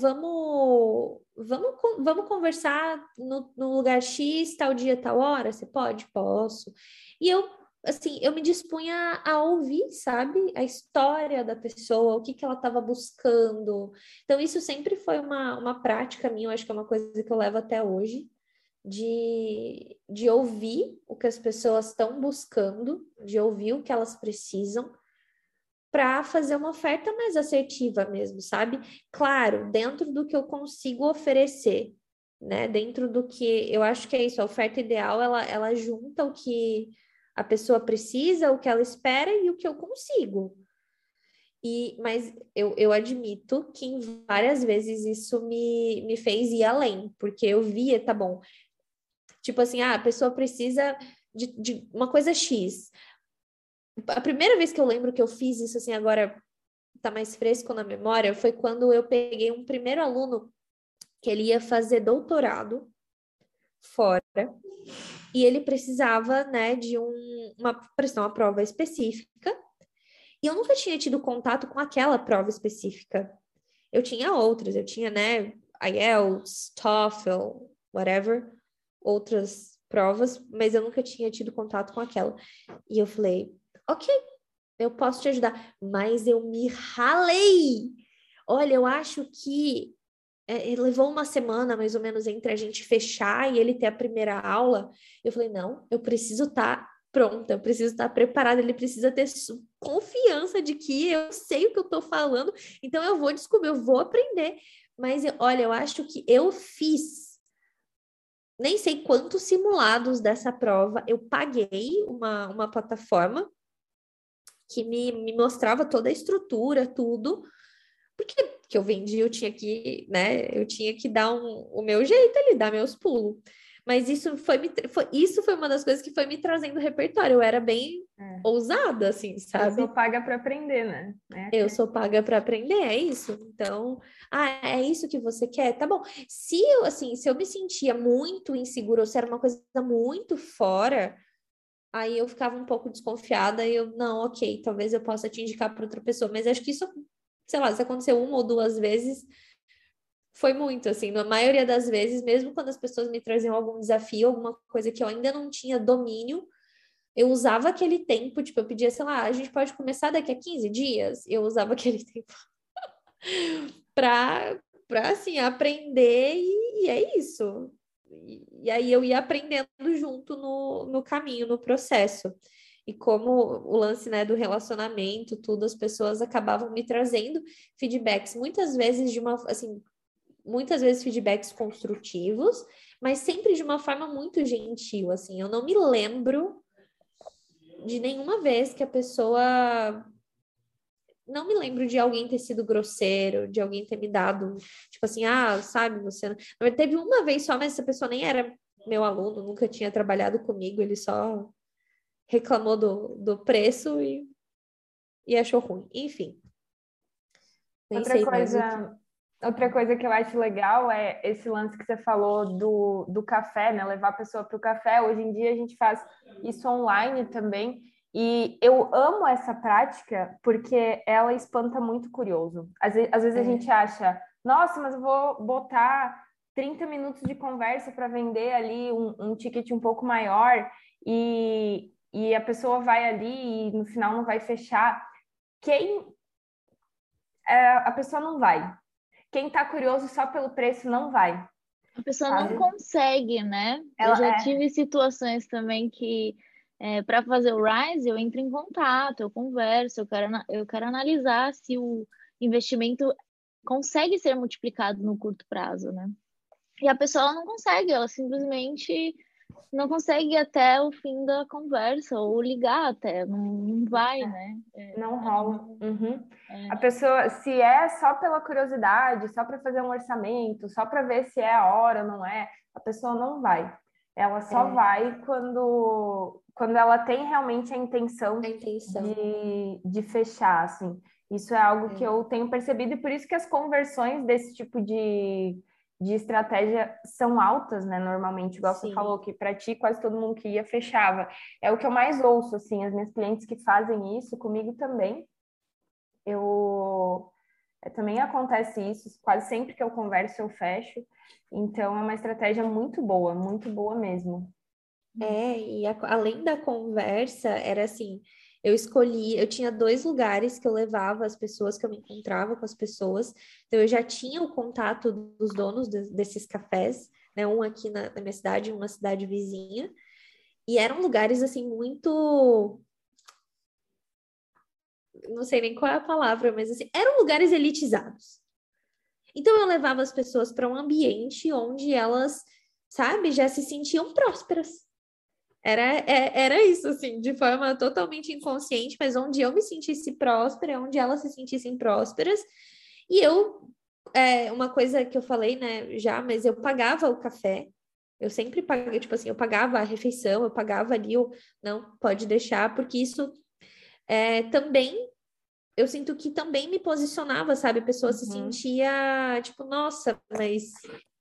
vamos conversar no lugar X, tal dia, tal hora, você pode? Posso. E eu me dispunha a ouvir, sabe, a história da pessoa, o que ela estava buscando. Então, isso sempre foi uma prática minha, eu acho que é uma coisa que eu levo até hoje, de ouvir o que as pessoas estão buscando, de ouvir o que elas precisam, para fazer uma oferta mais assertiva mesmo, sabe? Claro, dentro do que eu consigo oferecer, né? Dentro do que eu acho que é isso, a oferta ideal, ela junta o que a pessoa precisa, o que ela espera e o que eu consigo. Mas eu admito que em várias vezes isso me fez ir além, porque eu via, tá bom, tipo assim, a pessoa precisa de uma coisa X. A primeira vez que eu lembro que eu fiz isso, assim, agora tá mais fresco na memória, foi quando eu peguei um primeiro aluno que ele ia fazer doutorado fora e ele precisava, né, de prestar uma prova específica. E eu nunca tinha tido contato com aquela prova específica. Eu tinha outras, eu tinha, né, IELTS, TOEFL, whatever, outras provas, mas eu nunca tinha tido contato com aquela. E eu falei, ok, eu posso te ajudar, mas eu me ralei. Olha, eu acho que levou uma semana, mais ou menos, entre a gente fechar e ele ter a primeira aula. Eu falei, não, eu preciso estar pronta, eu preciso estar preparada, ele precisa ter confiança de que eu sei o que eu estou falando, então eu vou descobrir, eu vou aprender. Mas, olha, eu acho que eu fiz nem sei quantos simulados dessa prova, eu paguei uma plataforma que me mostrava toda a estrutura, tudo, porque eu vendi, eu tinha que, né, eu tinha que dar o meu jeito ali, dar meus pulos. Mas isso foi uma das coisas que foi me trazendo repertório. Eu era bem ousada, assim, sabe? Eu sou paga para aprender, né? Eu sou paga para aprender, é isso. Então, é isso que você quer? Tá bom. Se eu me sentia muito insegura, ou se era uma coisa muito fora, aí eu ficava um pouco desconfiada e eu, não, ok, talvez eu possa te indicar para outra pessoa. Mas acho que isso, sei lá, se aconteceu uma ou duas vezes, foi muito, assim, na maioria das vezes, mesmo quando as pessoas me traziam algum desafio, alguma coisa que eu ainda não tinha domínio, eu usava aquele tempo, tipo, eu pedia, sei lá, a gente pode começar daqui a 15 dias? Eu usava aquele tempo para assim, aprender e é isso. E aí eu ia aprendendo junto no caminho, no processo. E como o lance, né, do relacionamento, tudo, as pessoas acabavam me trazendo feedbacks, muitas vezes muitas vezes feedbacks construtivos, mas sempre de uma forma muito gentil, assim. Eu não me lembro de nenhuma vez que a pessoa... Não me lembro de alguém ter sido grosseiro, de alguém ter me dado, tipo assim, sabe, você... Não... Teve uma vez só, mas essa pessoa nem era meu aluno, nunca tinha trabalhado comigo, ele só reclamou do preço e achou ruim. Enfim. Nem sei mais o que... Outra coisa que eu acho legal é esse lance que você falou do café, né? Levar a pessoa para o café. Hoje em dia a gente faz isso online também. E eu amo essa prática porque ela espanta muito curioso. Às vezes a gente acha, nossa, mas eu vou botar 30 minutos de conversa para vender ali um ticket um pouco maior e a pessoa vai ali e no final não vai fechar. A pessoa não vai. Quem está curioso só pelo preço não vai. A pessoa Sabe? não consegue, né? Eu já tive situações também que, para fazer o Rise, eu entro em contato, eu converso, eu quero analisar se o investimento consegue ser multiplicado no curto prazo, né? E a pessoa ela não consegue, ela simplesmente não consegue ir até o fim da conversa, ou ligar até, não vai, né? Não rola. A pessoa, se é só pela curiosidade, só para fazer um orçamento, só para ver se é a hora ou não é, a pessoa não vai. Ela só vai quando ela tem realmente a intenção. De fechar, assim. Isso é algo que eu tenho percebido e por isso que as conversões desse tipo de estratégia são altas, né? Normalmente, igual você falou, que para ti quase todo mundo que ia fechava. É o que eu mais ouço, assim, as minhas clientes que fazem isso, comigo também. Também acontece isso, quase sempre que eu converso eu fecho. Então, é uma estratégia muito boa mesmo. E além da conversa, era assim, eu tinha 2 lugares que eu levava as pessoas, que eu me encontrava com as pessoas, então eu já tinha o contato dos donos desses cafés, né, um aqui na minha cidade, uma cidade vizinha, e eram lugares, assim, muito... Não sei nem qual é a palavra, mas, assim, eram lugares elitizados. Então, eu levava as pessoas para um ambiente onde elas, sabe, já se sentiam prósperas. Era isso, assim, de forma totalmente inconsciente, mas onde eu me sentisse próspera, onde elas se sentissem prósperas. E uma coisa que eu falei, né, já, mas eu pagava o café. Eu sempre paguei, tipo assim, eu pagava a refeição, eu pagava ali, não, pode deixar, porque isso também, eu sinto que também me posicionava, sabe? A pessoa se sentia, tipo, nossa, mas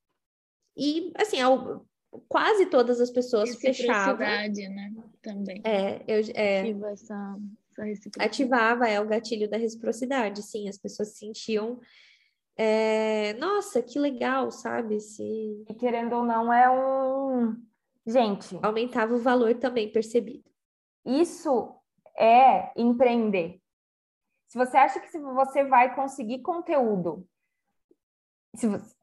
assim, quase todas as pessoas fechavam. Reciprocidade, né? Também. Ativa essa reciprocidade. Ativava o gatilho da reciprocidade, sim, as pessoas se sentiam nossa, que legal, sabe? E querendo ou não, gente, aumentava o valor também percebido. Isso é empreender. Se você acha que você vai conseguir conteúdo, se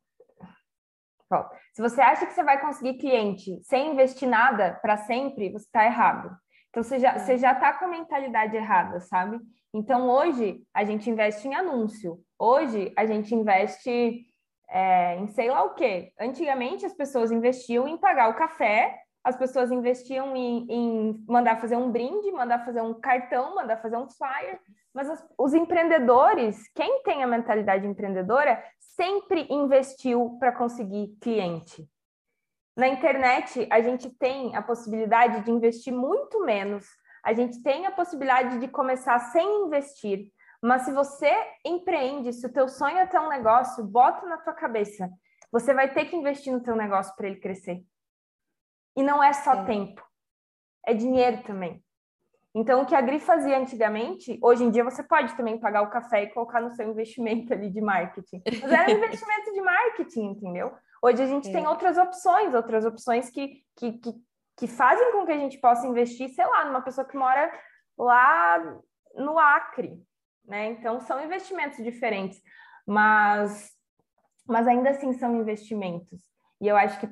você acha que você vai conseguir cliente sem investir nada para sempre, você está errado. Então, você já está com a mentalidade errada, sabe? Então, hoje, a gente investe em anúncio. Hoje, a gente investe em sei lá o quê. Antigamente, as pessoas investiam em pagar o café, as pessoas investiam em mandar fazer um brinde, mandar fazer um cartão, mandar fazer um flyer. Mas os empreendedores, quem tem a mentalidade empreendedora, sempre investiu para conseguir cliente. Na internet, a gente tem a possibilidade de investir muito menos, a gente tem a possibilidade de começar sem investir, mas se você empreende, se o teu sonho é ter um negócio, bota na tua cabeça, você vai ter que investir no teu negócio para ele crescer. E não é só tempo, é dinheiro também. Então, o que a Gri fazia antigamente, hoje em dia você pode também pagar o café e colocar no seu investimento ali de marketing. Mas era um investimento de marketing, entendeu? Hoje a gente tem outras opções que fazem com que a gente possa investir, sei lá, numa pessoa que mora lá no Acre, né? Então, são investimentos diferentes, mas ainda assim são investimentos. E eu acho que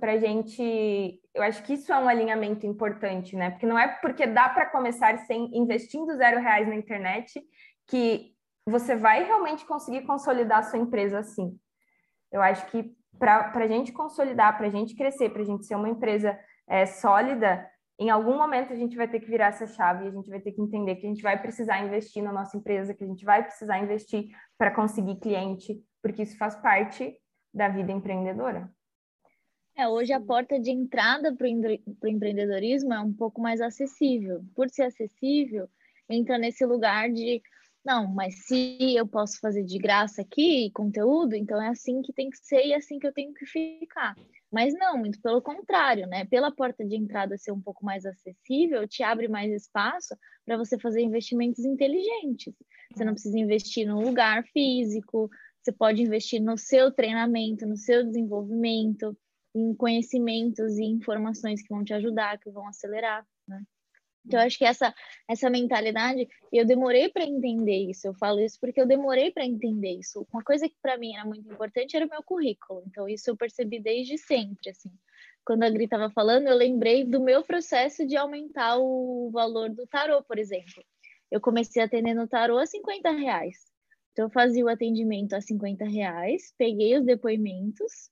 eu acho que isso é um alinhamento importante, né? Porque não é porque dá para começar investindo R$0 na internet que você vai realmente conseguir consolidar a sua empresa assim. Eu acho que para a gente consolidar, para a gente crescer, para a gente ser uma empresa sólida, em algum momento a gente vai ter que virar essa chave e a gente vai ter que entender que a gente vai precisar investir na nossa empresa, que a gente vai precisar investir para conseguir cliente, porque isso faz parte da vida empreendedora. Hoje a porta de entrada para o empreendedorismo é um pouco mais acessível. Por ser acessível, entra nesse lugar de, não, mas se eu posso fazer de graça aqui conteúdo, então é assim que tem que ser e é assim que eu tenho que ficar. Mas não, muito pelo contrário, né? Pela porta de entrada ser um pouco mais acessível, te abre mais espaço para você fazer investimentos inteligentes. Você não precisa investir num lugar físico, você pode investir no seu treinamento, no seu desenvolvimento, em conhecimentos e informações que vão te ajudar, que vão acelerar, né? Então, eu acho que essa mentalidade, eu demorei para entender isso. Eu falo isso porque eu demorei para entender isso. Uma coisa que para mim era muito importante era o meu currículo. Então, isso eu percebi desde sempre, assim. Quando a Gri estava falando, eu lembrei do meu processo de aumentar o valor do tarô, por exemplo. Eu comecei a atender no tarô a R$50. Então, eu fazia o atendimento a R$50, peguei os depoimentos.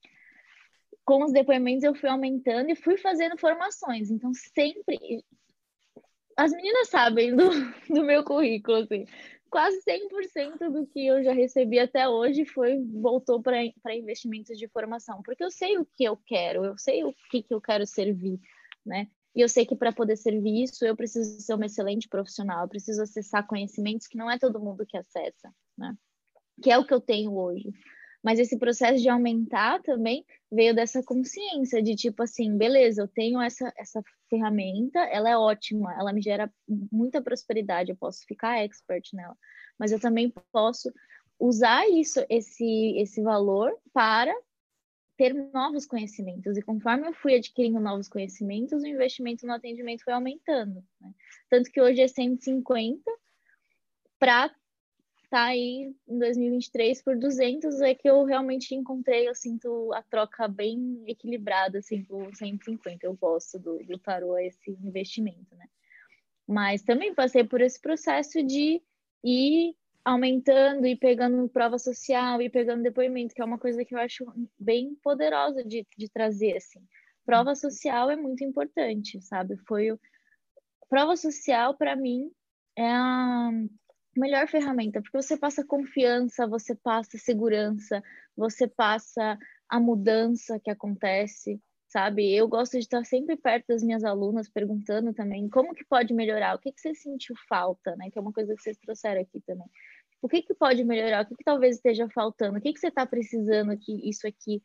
Com os depoimentos eu fui aumentando e fui fazendo formações. Então, sempre... As meninas sabem do meu currículo, assim. Quase 100% do que eu já recebi até hoje voltou para investimentos de formação. Porque eu sei o que eu quero, eu sei o que eu quero servir, né? E eu sei que para poder servir isso, eu preciso ser uma excelente profissional, eu preciso acessar conhecimentos que não é todo mundo que acessa, né? Que é o que eu tenho hoje. Mas esse processo de aumentar também veio dessa consciência de tipo assim, beleza, eu tenho essa ferramenta, ela é ótima, ela me gera muita prosperidade, eu posso ficar expert nela, mas eu também posso usar esse valor para ter novos conhecimentos. E conforme eu fui adquirindo novos conhecimentos, o investimento no atendimento foi aumentando, né? Tanto que hoje é 150 para tá aí em 2023 por 200, é que eu realmente encontrei, eu sinto a troca bem equilibrada, assim, por 150. Eu gosto do tarô, esse investimento, né? Mas também passei por esse processo de ir aumentando e pegando prova social e pegando depoimento, que é uma coisa que eu acho bem poderosa de trazer, assim. Prova social é muito importante, sabe? Prova social, para mim, é a melhor ferramenta, porque você passa confiança, você passa segurança, você passa a mudança que acontece, sabe? Eu gosto de estar sempre perto das minhas alunas, perguntando também como que pode melhorar, o que você sentiu falta, né? Que é uma coisa que vocês trouxeram aqui também. O que pode melhorar, o que talvez esteja faltando, o que você está precisando que isso aqui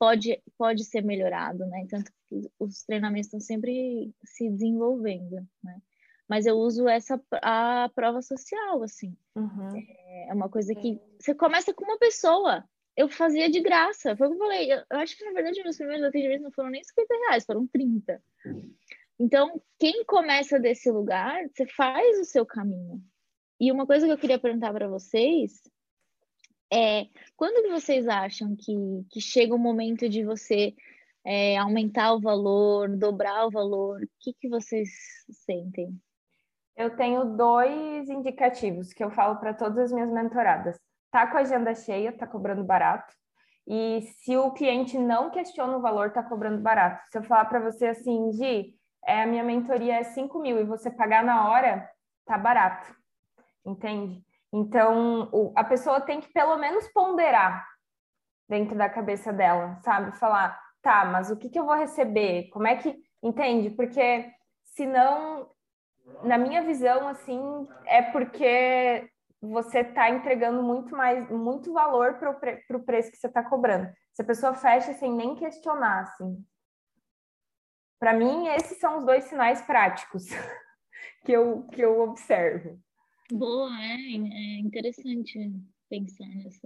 pode ser melhorado, né? Tanto que os treinamentos estão sempre se desenvolvendo, né? Mas eu uso a prova social, assim. Uhum. É uma coisa que você começa com uma pessoa. Eu fazia de graça. Foi o que eu falei. Eu acho que, na verdade, meus primeiros atendimentos não foram nem R$ 50, foram 30. Então, quem começa desse lugar, você faz o seu caminho. E uma coisa que eu queria perguntar para vocês é, quando que vocês acham que chega o momento de você aumentar o valor, dobrar o valor? O que vocês sentem? Eu tenho 2 indicativos que eu falo para todas as minhas mentoradas. Tá com a agenda cheia, tá cobrando barato. E se o cliente não questiona o valor, tá cobrando barato. Se eu falar para você assim, Gi, a minha mentoria é 5.000 e você pagar na hora, tá barato. Entende? Então, a pessoa tem que pelo menos ponderar dentro da cabeça dela, sabe? Falar, tá, mas o que que eu vou receber? Como é que... Entende? Porque senão, na minha visão, assim, é porque você está entregando muito valor para o preço que você está cobrando. Se a pessoa fecha sem nem questionar, assim. Para mim, esses são os 2 sinais práticos que eu observo. Boa, é interessante pensar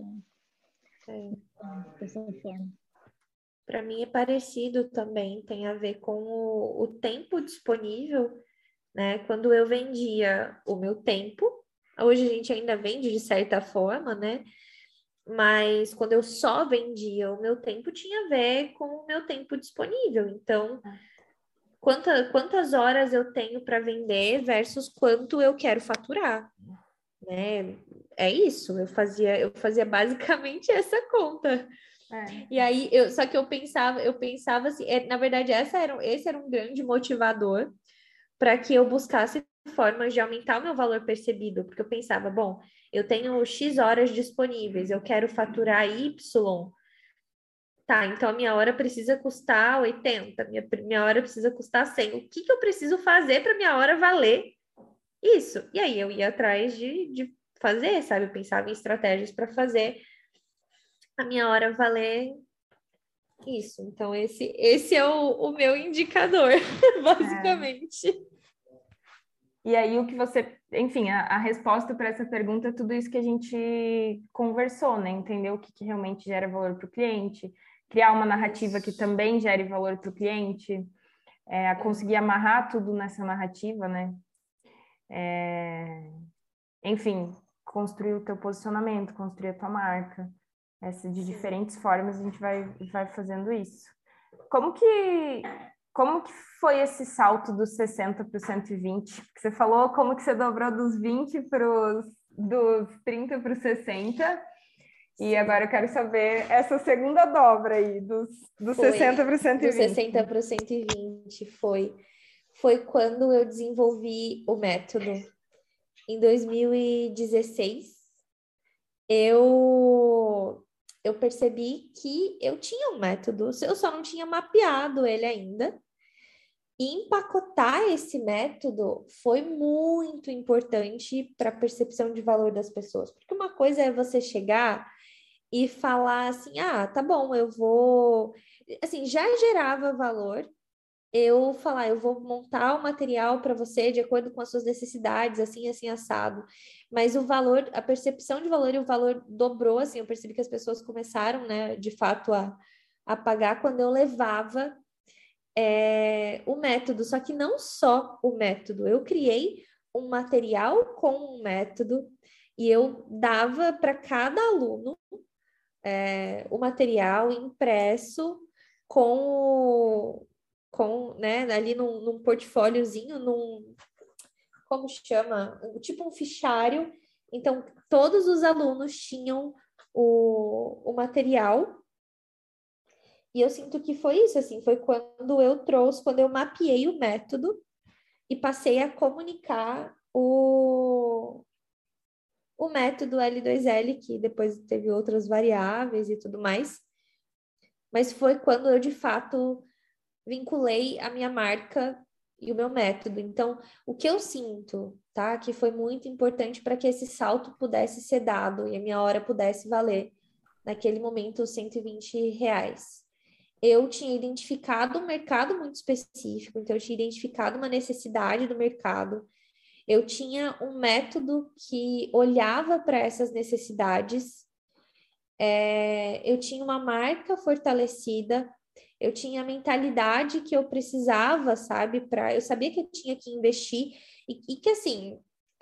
dessa forma. Para mim é parecido também, tem a ver com o tempo disponível, né? Quando eu vendia o meu tempo, hoje a gente ainda vende de certa forma, né? Mas quando eu só vendia o meu tempo, tinha a ver com o meu tempo disponível. Então, quantas horas eu tenho para vender versus quanto eu quero faturar, né? É isso, eu fazia basicamente essa conta. E aí, só que eu pensava assim, na verdade, esse era um grande motivador para que eu buscasse formas de aumentar o meu valor percebido, porque eu pensava, bom, eu tenho X horas disponíveis, eu quero faturar Y, tá, então a minha hora precisa custar 80, minha hora precisa custar 100. O que eu preciso fazer para minha hora valer isso? E aí eu ia atrás de fazer, sabe? Eu pensava em estratégias para fazer a minha hora valer isso. Então, esse é o meu indicador, basicamente. E aí, o que você... Enfim, a resposta para essa pergunta é tudo isso que a gente conversou, né? Entender o que realmente gera valor para o cliente, criar uma narrativa que também gere valor para o cliente, a conseguir amarrar tudo nessa narrativa, né? Enfim, construir o teu posicionamento, construir a tua marca. De diferentes formas a gente vai fazendo isso. Como que foi esse salto dos 60 para os 120? Porque você falou como que você dobrou dos 20 dos 30 para os 60. E agora eu quero saber essa segunda dobra aí, dos 60 para os 120. Dos 60 para os 120 foi quando eu desenvolvi o método. Em 2016, eu percebi que eu tinha um método, eu só não tinha mapeado ele ainda. E empacotar esse método foi muito importante para a percepção de valor das pessoas. Porque uma coisa é você chegar e falar assim, ah, tá bom, eu vou... Assim, já gerava valor eu falar, eu vou montar o material para você de acordo com as suas necessidades, assim, assim, assado. Mas o valor, a percepção de valor e o valor dobrou, assim, eu percebi que as pessoas começaram, né, de fato, a pagar quando eu levava o método, só que não só o método, eu criei um material com um método e eu dava para cada aluno o material impresso né, ali num portfóliozinho, como chama? Tipo um fichário. Então, todos os alunos tinham o material. E eu sinto que foi isso, assim, foi quando eu mapeei o método e passei a comunicar o método L2L, que depois teve outras variáveis e tudo mais. Mas foi quando eu, de fato, vinculei a minha marca e o meu método. Então, o que eu sinto, tá? Que foi muito importante para que esse salto pudesse ser dado e a minha hora pudesse valer, naquele momento, R$ 120. eu tinha identificado um mercado muito específico, então eu tinha identificado uma necessidade do mercado, eu tinha um método que olhava para essas necessidades, eu tinha uma marca fortalecida, eu tinha a mentalidade que eu precisava, sabe? Eu sabia que eu tinha que investir e que, assim,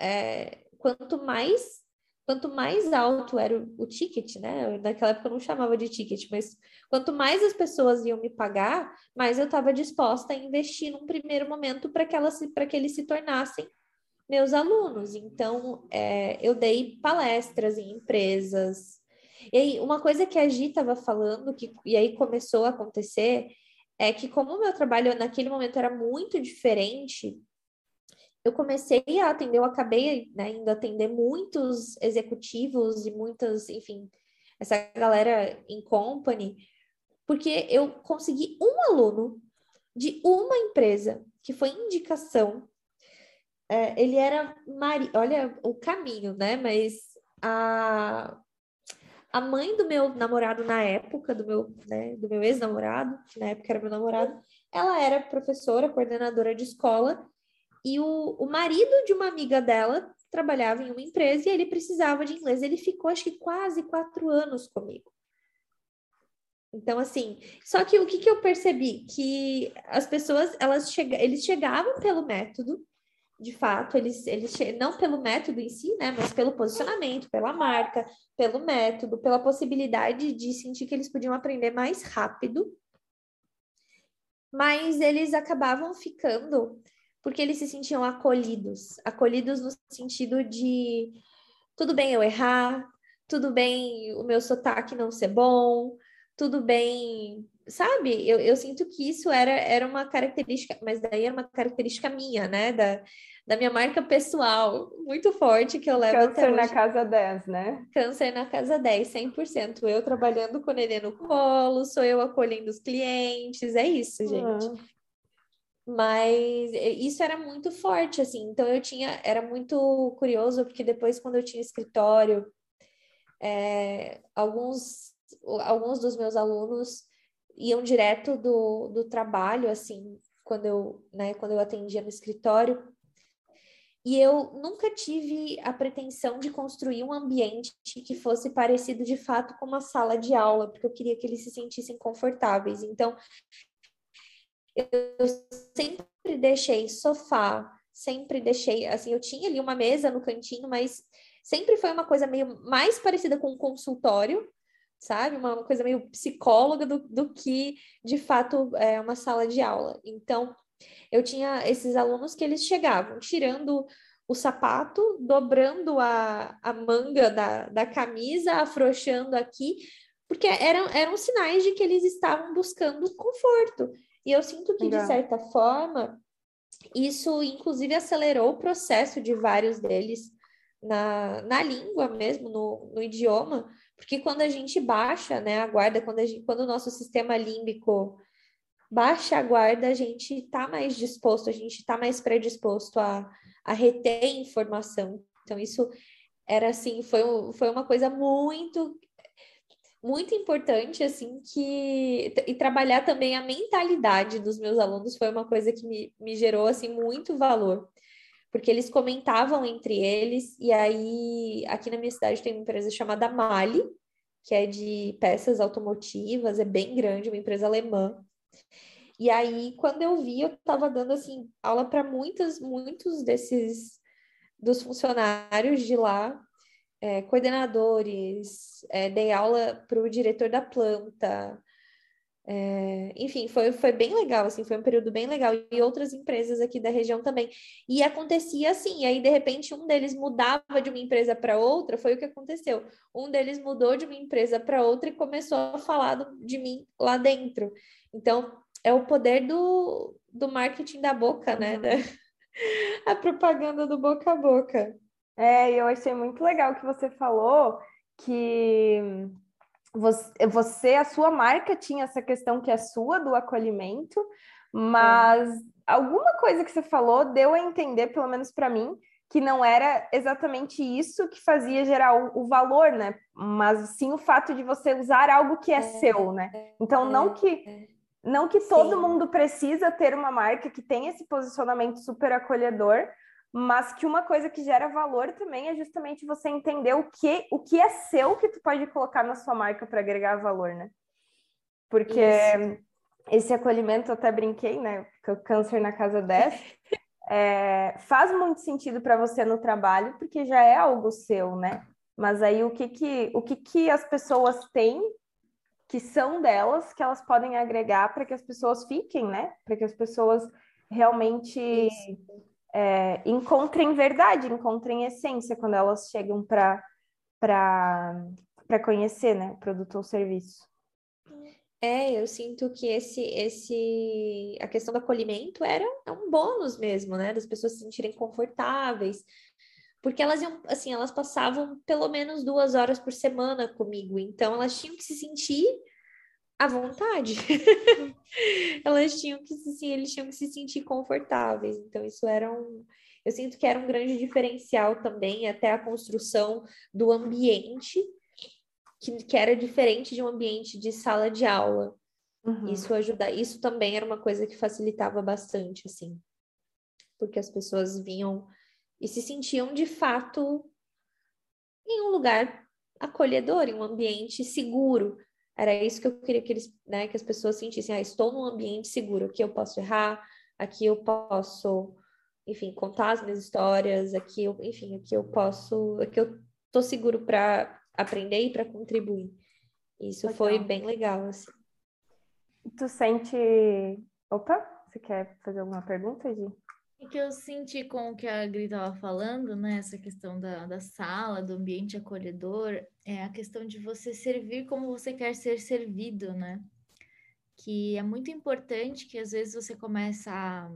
quanto mais alto era o ticket, né? Naquela época eu não chamava de ticket, mas quanto mais as pessoas iam me pagar, mais eu estava disposta a investir num primeiro momento para que eles se tornassem meus alunos. Então, eu dei palestras em empresas. E aí, uma coisa que a Gi estava falando, e aí começou a acontecer, é que como o meu trabalho naquele momento era muito diferente, eu comecei a atender, eu acabei, né, indo atender muitos executivos e muitas, enfim, essa galera em company, porque eu consegui um aluno de uma empresa que foi indicação. Ele era olha o caminho, né? Mas a mãe do meu namorado na época, do meu ex-namorado, que na época era meu namorado, ela era professora, coordenadora de escola, e o marido de uma amiga dela trabalhava em uma empresa e ele precisava de inglês. Ele ficou, acho que quase 4 anos comigo. Então, assim, só que o que eu percebi? Que as pessoas, eles chegavam pelo método, de fato, não pelo método em si, né, mas pelo posicionamento, pela marca, pelo método, pela possibilidade de sentir que eles podiam aprender mais rápido, mas eles acabavam ficando porque eles se sentiam acolhidos no sentido de tudo bem eu errar, tudo bem o meu sotaque não ser bom, tudo bem, sabe? Eu sinto que isso era uma característica, mas daí era uma característica minha, né? Da minha marca pessoal, muito forte, que eu levo até Câncer hoje. na casa 10, né? Câncer na casa 10, 100%. Eu trabalhando com o nenê no colo, sou eu acolhendo os clientes, é isso, gente. Mas isso era muito forte, assim. Então era muito curioso, porque depois, quando eu tinha escritório, alguns dos meus alunos iam direto do trabalho, assim, quando eu atendia no escritório. E eu nunca tive a pretensão de construir um ambiente que fosse parecido de fato com uma sala de aula, porque eu queria que eles se sentissem confortáveis. Então, eu sempre deixei sofá, sempre deixei, assim, eu tinha ali uma mesa no cantinho, mas sempre foi uma coisa meio mais parecida com um consultório, sabe? Uma coisa meio psicóloga do que, de fato, uma sala de aula. Então, eu tinha esses alunos que eles chegavam tirando o sapato, dobrando a manga da camisa, afrouxando aqui, porque eram sinais de que eles estavam buscando conforto. E eu sinto que, de certa forma, isso inclusive acelerou o processo de vários deles na língua mesmo, no idioma, porque quando a gente baixa, né, a guarda, quando o nosso sistema límbico baixa a guarda, a gente está mais disposto, a gente está mais predisposto a reter informação. Então, isso era assim, foi uma coisa muito, muito importante, assim, e trabalhar também a mentalidade dos meus alunos foi uma coisa que me gerou, assim, muito valor. Porque eles comentavam entre eles, e aí, aqui na minha cidade tem uma empresa chamada Mali, que é de peças automotivas, é bem grande, uma empresa alemã. E aí, quando eu vi, eu estava dando assim aula para muitos dos funcionários de lá, coordenadores, dei aula para o diretor da planta. Enfim, foi bem legal, assim, foi um período bem legal. E outras empresas aqui da região também. E acontecia assim, e aí de repente um deles mudava de uma empresa para outra, foi o que aconteceu. Um deles mudou de uma empresa para outra e começou a falar de mim lá dentro. Então, é o poder do marketing da boca, né? A propaganda do boca a boca. Eu achei muito legal que você falou que a sua marca tinha essa questão que é sua do acolhimento, mas alguma coisa que você falou deu a entender, pelo menos para mim, que não era exatamente isso que fazia gerar o valor, né? Mas sim o fato de você usar algo que é seu, né? Então, não que Não que todo Sim. mundo precisa ter uma marca que tem esse posicionamento super acolhedor, mas que uma coisa que gera valor também é justamente você entender o que é seu que tu pode colocar na sua marca para agregar valor, né? Porque esse acolhimento, eu até brinquei, né? Que o câncer na casa 10 faz muito sentido para você no trabalho, porque já é algo seu, né? Mas aí o que as pessoas têm que são delas, que elas podem agregar para que as pessoas fiquem, né? Para que as pessoas realmente encontrem verdade, encontrem essência quando elas chegam para conhecer, né, o produto ou serviço. Eu sinto que a questão do acolhimento é um bônus mesmo, né? Das pessoas se sentirem confortáveis, porque elas iam, assim, elas passavam pelo menos 2 horas por semana comigo, então elas tinham que se sentir à vontade. Elas tinham que eles tinham que se sentir confortáveis. Então, eu sinto que era um grande diferencial também, até a construção do ambiente, que era diferente de um ambiente de sala de aula. Uhum. Isso também era uma coisa que facilitava bastante, assim, porque as pessoas vinham e se sentiam de fato em um lugar acolhedor, em um ambiente seguro. Era isso que eu queria que eles, né, que as pessoas sentissem, estou num ambiente seguro, aqui eu posso errar, aqui eu posso, enfim, contar as minhas histórias, aqui eu tô seguro para aprender e para contribuir. Isso Legal. foi bem legal, assim. Tu sente... Opa, você quer fazer alguma pergunta, Gi? O que eu senti com o que a Gri estava falando, né? Essa questão da sala, do ambiente acolhedor, é a questão de você servir como você quer ser servido, né? Que é muito importante que às vezes você começa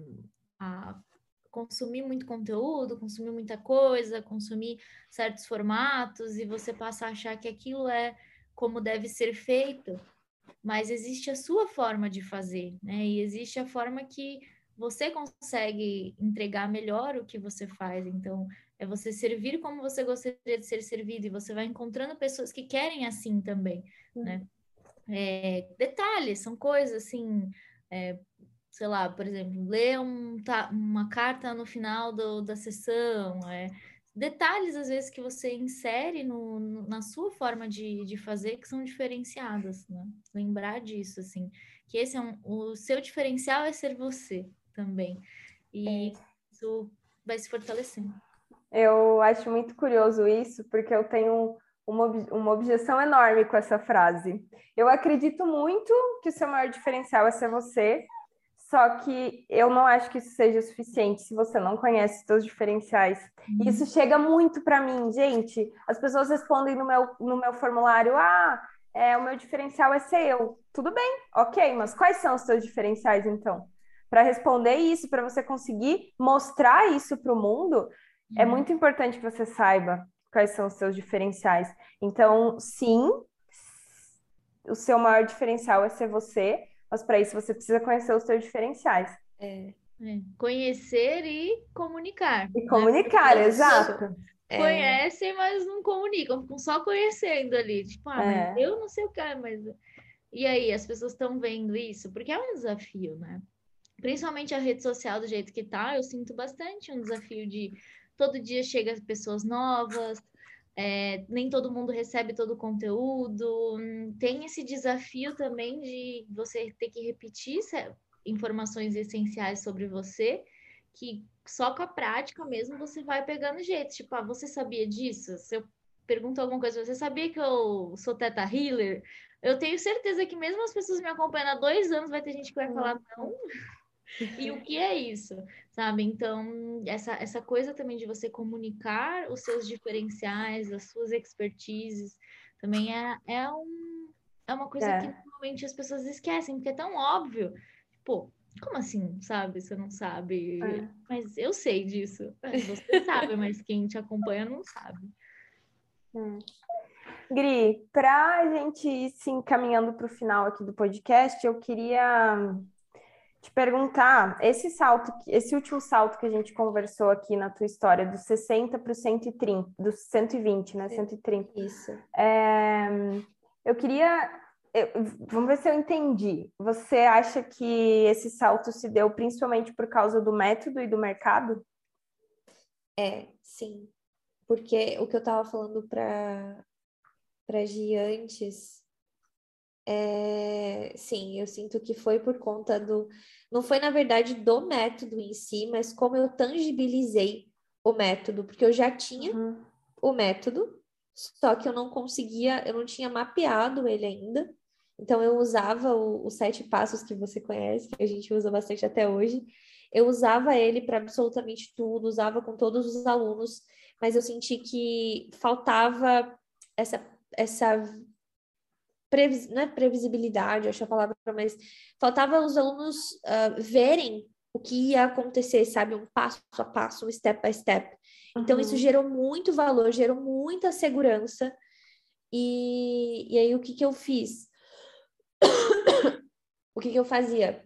a consumir muito conteúdo, consumir muita coisa, consumir certos formatos e você passa a achar que aquilo é como deve ser feito, mas existe a sua forma de fazer, né? E existe a forma que você consegue entregar melhor o que você faz. Então, é você servir como você gostaria de ser servido e você vai encontrando pessoas que querem assim também, né? Detalhes, são coisas assim, sei lá, por exemplo, ler uma carta no final da sessão, detalhes às vezes que você insere na sua forma de fazer que são diferenciadas, né? Lembrar disso, assim, que esse o seu diferencial é ser você também, e isso vai se fortalecendo. Eu acho muito curioso isso, porque eu tenho uma objeção enorme com essa frase. Eu acredito muito que o seu maior diferencial é ser você, só que eu não acho que isso seja o suficiente se você não conhece os seus diferenciais. E isso chega muito para mim, gente. As pessoas respondem no meu formulário: o meu diferencial é ser eu. Tudo bem, ok, mas quais são os seus diferenciais então? Para responder isso, para você conseguir mostrar isso para o mundo, é muito importante que você saiba quais são os seus diferenciais. Então, sim, o seu maior diferencial é ser você, mas para isso você precisa conhecer os seus diferenciais. Conhecer e comunicar. E comunicar, né? exato. Conhecem, mas não comunicam, ficam só conhecendo ali. Tipo, mas eu não sei o que, mas... E aí, as pessoas estão vendo isso? Porque é um desafio, né? Principalmente a rede social do jeito que tá, eu sinto bastante um desafio de todo dia chega pessoas novas, nem todo mundo recebe todo o conteúdo, tem esse desafio também de você ter que repetir informações essenciais sobre você, que só com a prática mesmo você vai pegando jeito. Tipo, você sabia disso? Se eu pergunto alguma coisa, você sabia que eu sou Teta Healer? Eu tenho certeza que mesmo as pessoas me acompanhando há 2 anos, vai ter gente que vai falar, não. E o que é isso, sabe? Então, essa coisa também de você comunicar os seus diferenciais, as suas expertises, também é uma coisa que normalmente as pessoas esquecem, porque é tão óbvio. Pô, como assim, sabe? Você não sabe. Mas eu sei disso. Você sabe, mas quem te acompanha não sabe. Gri, para a gente ir se encaminhando para o final aqui do podcast, eu queria te perguntar, esse último salto que a gente conversou aqui na tua história, do 60 para o 130, do 120, né? 130. Isso. vamos ver se eu entendi. Você acha que esse salto se deu principalmente por causa do método e do mercado? Sim. Porque o que eu estava falando para Gi antes, sim, eu sinto que foi por conta do. Não foi, na verdade, do método em si, mas como eu tangibilizei o método, porque eu já tinha o método, só que eu não conseguia, eu não tinha mapeado ele ainda. Então, eu usava os 7 passos que você conhece, que a gente usa bastante até hoje. Eu usava ele para absolutamente tudo, usava com todos os alunos, mas eu senti que faltava essa não é previsibilidade, acho a palavra, mas faltava os alunos verem o que ia acontecer, sabe? Um passo a passo, um step by step. Então, isso gerou muito valor, gerou muita segurança. E aí, o que eu fiz? O que eu fazia?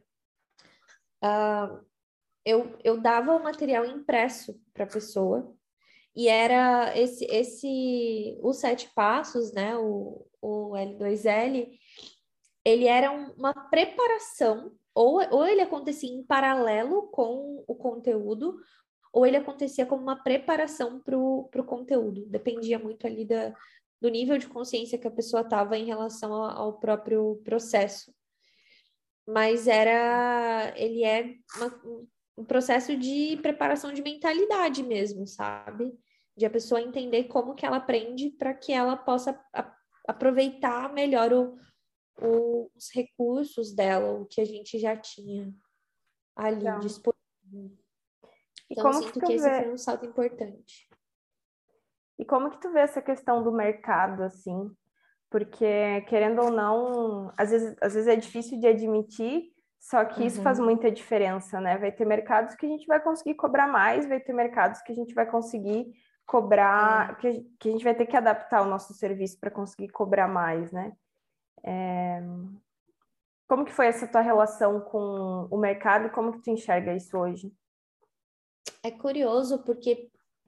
Eu dava o material impresso para a pessoa, e era os 7 passos, né? O L2L, ele era uma preparação, ou ele acontecia em paralelo com o conteúdo, ou ele acontecia como uma preparação para o conteúdo. Dependia muito ali do nível de consciência que a pessoa estava em relação ao próprio processo. Mas ele é um processo de preparação de mentalidade mesmo, sabe? De a pessoa entender como que ela aprende para que ela possa aproveitar melhor os recursos dela, o que a gente já tinha ali disponível. Então, eu sinto que esse foi um salto importante. E como que tu vê essa questão do mercado, assim? Porque, querendo ou não, às vezes é difícil de admitir, só que isso faz muita diferença, né? Vai ter mercados que a gente vai conseguir cobrar mais, vai ter mercados que a gente vai conseguir cobrar, que a gente vai ter que adaptar o nosso serviço para conseguir cobrar mais, né? Como que foi essa tua relação com o mercado e como que tu enxerga isso hoje? É curioso porque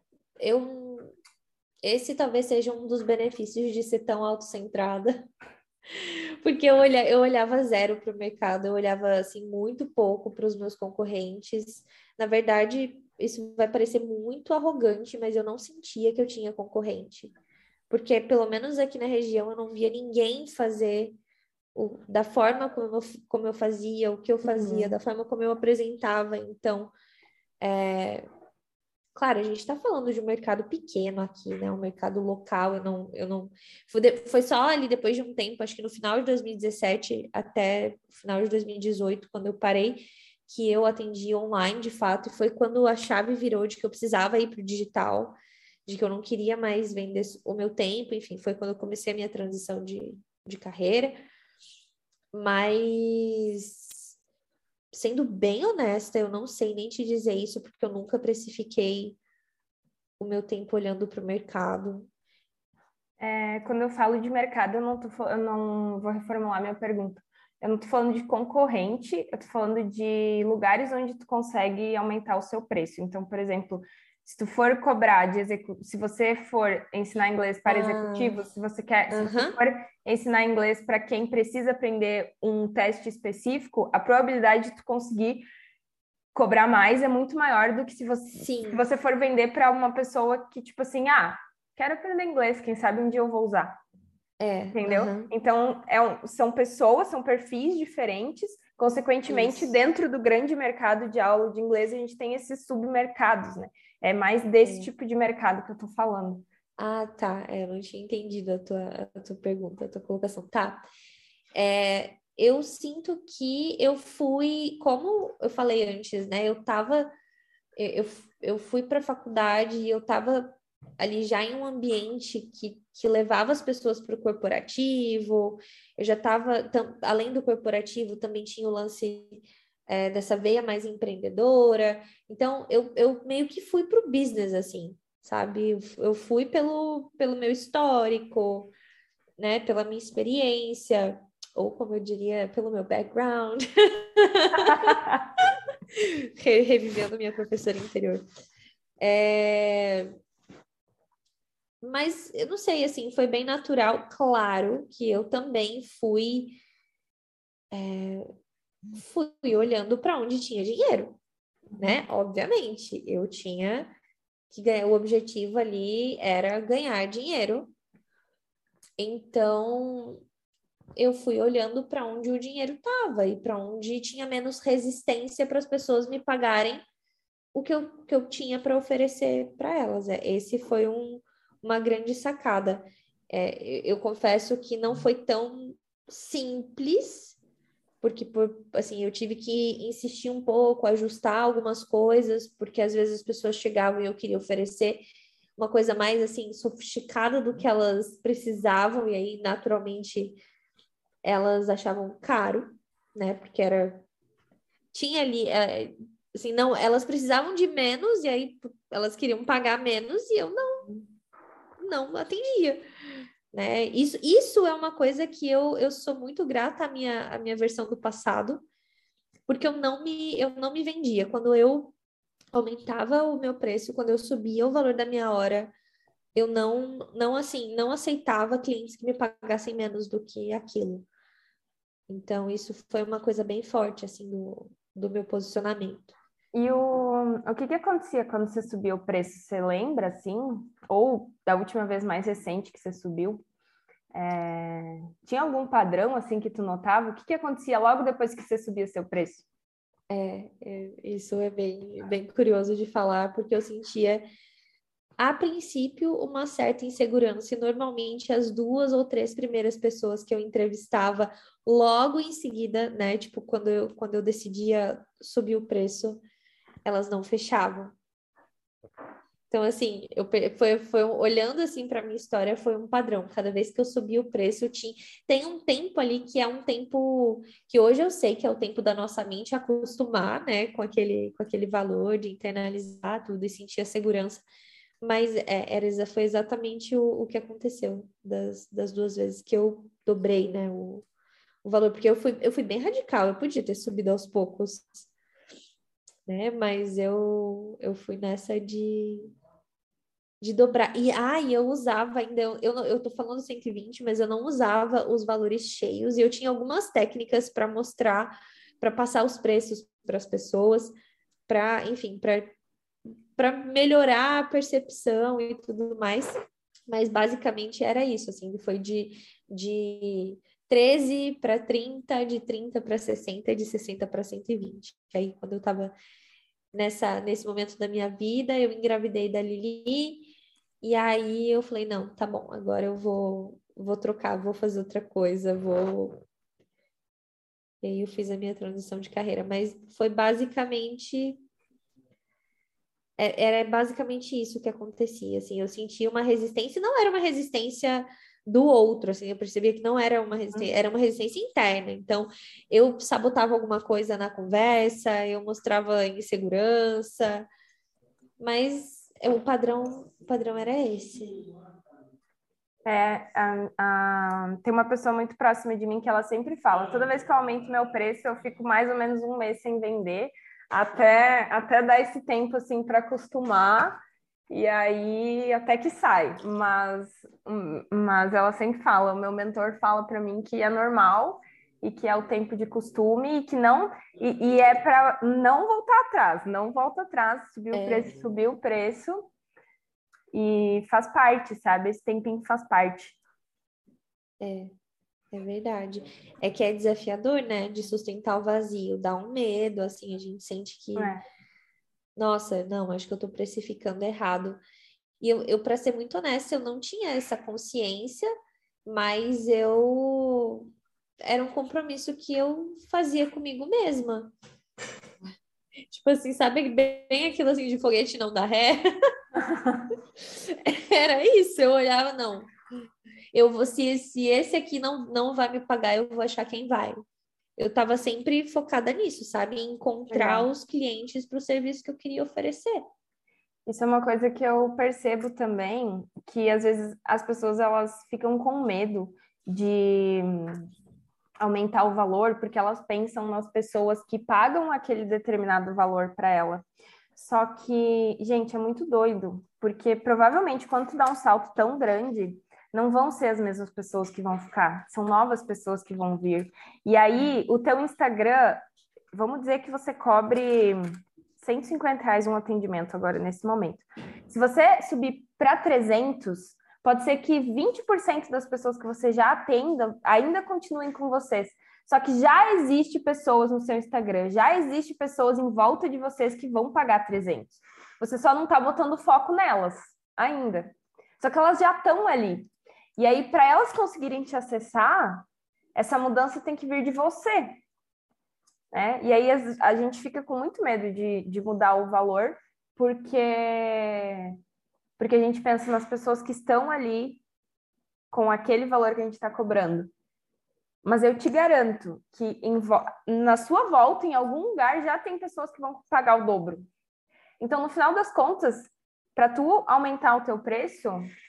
esse talvez seja um dos benefícios de ser tão autocentrada. Porque eu olhava zero para o mercado, eu olhava assim muito pouco para os meus concorrentes. Na verdade, isso vai parecer muito arrogante, mas eu não sentia que eu tinha concorrente. Porque, pelo menos aqui na região, eu não via ninguém fazer da forma como eu fazia, o que eu fazia, da forma como eu apresentava. Então, claro, a gente está falando de um mercado pequeno aqui, né? Um mercado local. Foi só ali depois de um tempo, acho que no final de 2017 até o final de 2018, quando eu parei, que eu atendi online de fato, e foi quando a chave virou de que eu precisava ir para o digital, de que eu não queria mais vender o meu tempo, enfim, foi quando eu comecei a minha transição de carreira. Mas, sendo bem honesta, eu não sei nem te dizer isso, porque eu nunca precifiquei o meu tempo olhando para o mercado. Quando eu falo de mercado, eu não vou reformular minha pergunta. Eu não estou falando de concorrente, eu estou falando de lugares onde tu consegue aumentar o seu preço. Então, por exemplo, se tu for cobrar se você for ensinar inglês para executivos, se você for ensinar inglês para quem precisa aprender um teste específico, a probabilidade de tu conseguir cobrar mais é muito maior do que se você for vender para uma pessoa que, tipo assim, quero aprender inglês, quem sabe um dia eu vou usar. Entendeu? Então, são pessoas, são perfis diferentes. Consequentemente, dentro do grande mercado de aula de inglês, a gente tem esses submercados, né? É mais desse tipo de mercado que eu tô falando. Ah, tá. Eu não tinha entendido a tua pergunta, a tua colocação. Tá. Eu sinto que eu fui, como eu falei antes, né? Eu fui para a faculdade e eu estava ali já em um ambiente que levava as pessoas para o corporativo. Eu já estava, além do corporativo, também tinha o lance dessa veia mais empreendedora. Então, eu meio que fui para o business, assim, sabe? Eu fui pelo meu histórico, né? Pela minha experiência, ou como eu diria, pelo meu background. Revivendo minha professora interior. Mas eu não sei, assim, foi bem natural. Claro que eu também fui olhando para onde tinha dinheiro, né? Obviamente, eu tinha que ganhar, o objetivo ali era ganhar dinheiro. Então, eu fui olhando para onde o dinheiro estava e para onde tinha menos resistência para as pessoas me pagarem o que eu tinha para oferecer para elas. Esse foi uma grande sacada. Eu confesso que não foi tão simples, porque assim, eu tive que insistir um pouco, ajustar algumas coisas, porque às vezes as pessoas chegavam e eu queria oferecer uma coisa mais assim sofisticada do que elas precisavam, e aí naturalmente elas achavam caro, né? Porque tinha ali, assim, não, elas precisavam de menos e aí elas queriam pagar menos e eu não atendia, né? Isso é uma coisa que eu sou muito grata à minha versão do passado, porque eu não me vendia. Quando eu aumentava o meu preço, quando eu subia o valor da minha hora, eu não aceitava clientes que me pagassem menos do que aquilo. Então, isso foi uma coisa bem forte, assim, do meu posicionamento. E o que acontecia quando você subiu o preço? Você lembra, assim? Ou da última vez mais recente que você subiu? Tinha algum padrão, assim, que tu notava? O que acontecia logo depois que você subia seu preço? Isso é bem, bem curioso de falar, porque eu sentia, a princípio, uma certa insegurança, e normalmente as 2 ou 3 primeiras pessoas que eu entrevistava, logo em seguida, né, tipo, quando eu decidia subir o preço, elas não fechavam. Então, assim, olhando assim para minha história, foi um padrão. Cada vez que eu subi o preço, tem um tempo ali que é um tempo que hoje eu sei que é o tempo da nossa mente acostumar, né, com aquele valor de internalizar tudo e sentir a segurança. Mas foi exatamente o que aconteceu das 2 vezes que eu dobrei, né, o valor, porque eu fui bem radical, eu podia ter subido aos poucos, né, mas eu fui nessa de dobrar. E eu usava ainda, eu tô falando 120, mas eu não usava os valores cheios, e eu tinha algumas técnicas para mostrar, para passar os preços para as pessoas, enfim, para melhorar a percepção e tudo mais. Mas basicamente era isso, assim, foi de 13 para 30, de 30 para 60, de 60 para 120. Aí, quando eu estava nesse momento da minha vida, eu engravidei da Lili, e aí eu falei, não, tá bom, agora eu vou trocar, vou fazer outra coisa, vou. E aí eu fiz a minha transição de carreira, mas foi basicamente. Era basicamente isso que acontecia, assim, eu sentia uma resistência, e não era uma resistência do outro, assim, eu percebia que não era uma resistência, era uma resistência interna, então eu sabotava alguma coisa na conversa, eu mostrava insegurança, mas o padrão era esse. Tem uma pessoa muito próxima de mim que ela sempre fala: toda vez que eu aumento meu preço, eu fico mais ou menos um mês sem vender, até dar esse tempo assim para acostumar, e aí até que sai. Mas ela sempre fala, o meu mentor fala para mim que é normal e que é o tempo de costume e que não e é para não voltar atrás, não volta atrás, subiu o preço. E faz parte, sabe? Esse tempinho faz parte. É verdade. É que é desafiador, né? De sustentar o vazio, dá um medo, assim, a gente sente que, É. nossa, não, acho que eu tô precificando errado. E eu para ser muito honesta, eu não tinha essa consciência, mas era um compromisso que eu fazia comigo mesma. Tipo assim, sabe bem aquilo assim de foguete não dá ré? Era isso, eu olhava, não. Se esse aqui não vai me pagar, eu vou achar quem vai. Eu estava sempre focada nisso, sabe? Em encontrar Legal. os clientes para o serviço que eu queria oferecer. Isso é uma coisa que eu percebo também, que às vezes as pessoas elas ficam com medo de aumentar o valor porque elas pensam nas pessoas que pagam aquele determinado valor para ela. Só que, gente, é muito doido, porque provavelmente quando tu dá um salto tão grande, não vão ser as mesmas pessoas que vão ficar, são novas pessoas que vão vir. E aí, o teu Instagram, vamos dizer que você cobre R$ 150 um atendimento agora, nesse momento. Se você subir para 300, pode ser que 20% das pessoas que você já atenda ainda continuem com vocês. Só que já existe pessoas no seu Instagram, já existe pessoas em volta de vocês que vão pagar 300. Você só não está botando foco nelas ainda. Só que elas já estão ali. E aí, para elas conseguirem te acessar, essa mudança tem que vir de você. Né? E aí a gente fica com muito medo de mudar o valor, porque a gente pensa nas pessoas que estão ali com aquele valor que a gente está cobrando. Mas eu te garanto que na sua volta, em algum lugar, já tem pessoas que vão pagar o dobro. Então, no final das contas, para tu aumentar o teu preço,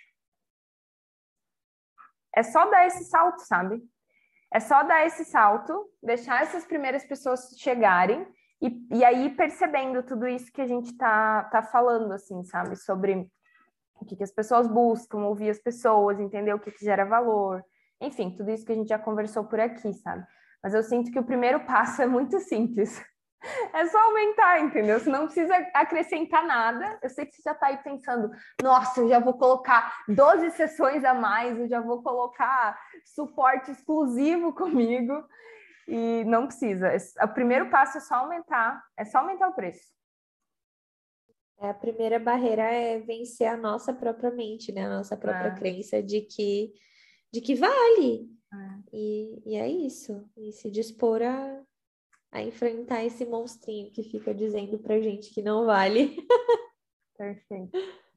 é só dar esse salto, sabe? É só dar esse salto, deixar essas primeiras pessoas chegarem e aí percebendo tudo isso que a gente tá falando, assim, sabe? Sobre o que as pessoas buscam, ouvir as pessoas, entender o que gera valor. Enfim, tudo isso que a gente já conversou por aqui, sabe? Mas eu sinto que o primeiro passo é muito simples. É só aumentar, entendeu? Você não precisa acrescentar nada. Eu sei que você já está aí pensando, nossa, eu já vou colocar 12 sessões a mais, eu já vou colocar suporte exclusivo comigo. E não precisa. O primeiro passo é só aumentar o preço. A primeira barreira é vencer a nossa própria mente, né? A nossa própria crença de que vale. E é isso. E se dispor a enfrentar esse monstrinho que fica dizendo pra gente que não vale. Perfeito.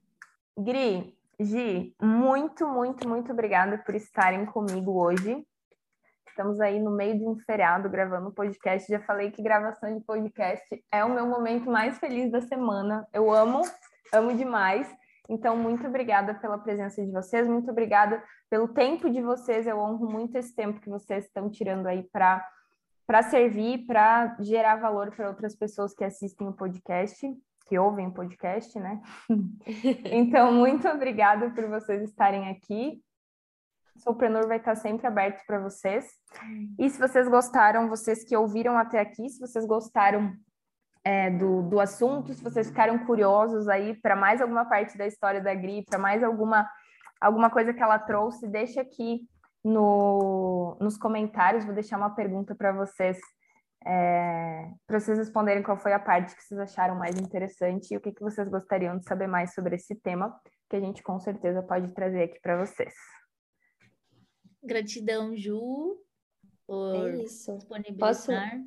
Gi, muito, muito, muito obrigada por estarem comigo hoje. Estamos aí no meio de um feriado gravando um podcast. Já falei que gravação de podcast é o meu momento mais feliz da semana. Eu amo demais. Então, muito obrigada pela presença de vocês, muito obrigada pelo tempo de vocês. Eu honro muito esse tempo que vocês estão tirando aí para servir, para gerar valor para outras pessoas que assistem o podcast, que ouvem o podcast, né? Então, muito obrigada por vocês estarem aqui. O Soulpreneur vai estar sempre aberto para vocês. E se vocês gostaram, vocês que ouviram até aqui, se vocês gostaram do assunto, se vocês ficaram curiosos aí para mais alguma parte da história da Gri, para mais alguma coisa que ela trouxe, deixa aqui nos comentários, vou deixar uma pergunta para vocês responderem qual foi a parte que vocês acharam mais interessante e o que vocês gostariam de saber mais sobre esse tema, que a gente com certeza pode trazer aqui para vocês. Gratidão, Ju, por disponibilizar.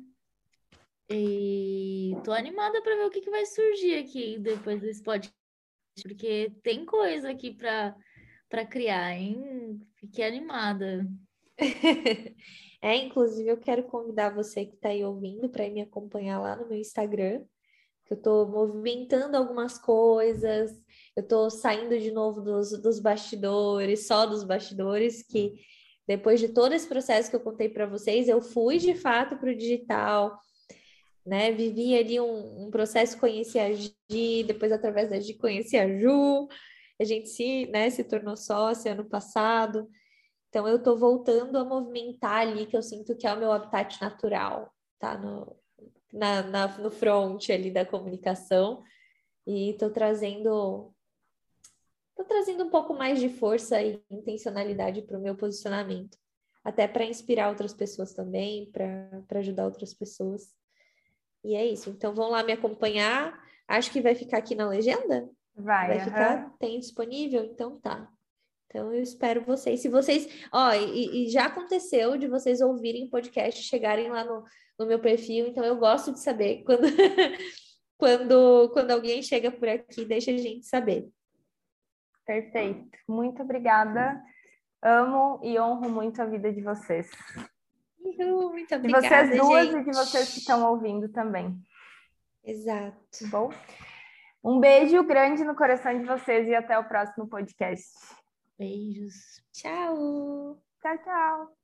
E tô animada para ver o que vai surgir aqui depois desse podcast, porque tem coisa aqui para criar, hein? Fiquei animada. Inclusive eu quero convidar você que está aí ouvindo para ir me acompanhar lá no meu Instagram, que eu estou movimentando algumas coisas, eu estou saindo de novo dos bastidores, só dos bastidores, que depois de todo esse processo que eu contei para vocês, eu fui de fato para o digital, né? Vivi ali um processo, conheci a Gi, depois através da Gi conheci a Ju, a gente se tornou sócia ano passado. Então, eu estou voltando a movimentar ali, que eu sinto que é o meu habitat natural, tá? No front ali da comunicação. E estou trazendo um pouco mais de força e intencionalidade para o meu posicionamento. Até para inspirar outras pessoas também, para ajudar outras pessoas. E é isso. Então, vão lá me acompanhar. Acho que vai ficar aqui na legenda? Vai ficar? Tem disponível? Então tá. Então, eu espero vocês. Se vocês... e já aconteceu de vocês ouvirem podcast, chegarem lá no meu perfil. Então, eu gosto de saber quando alguém chega por aqui, deixa a gente saber. Perfeito. Muito obrigada. Amo e honro muito a vida de vocês. Muito obrigada, de vocês duas, gente. E de vocês que estão ouvindo também. Exato. Bom? Um beijo grande no coração de vocês e até o próximo podcast. Beijos. Tchau. Tchau, tchau.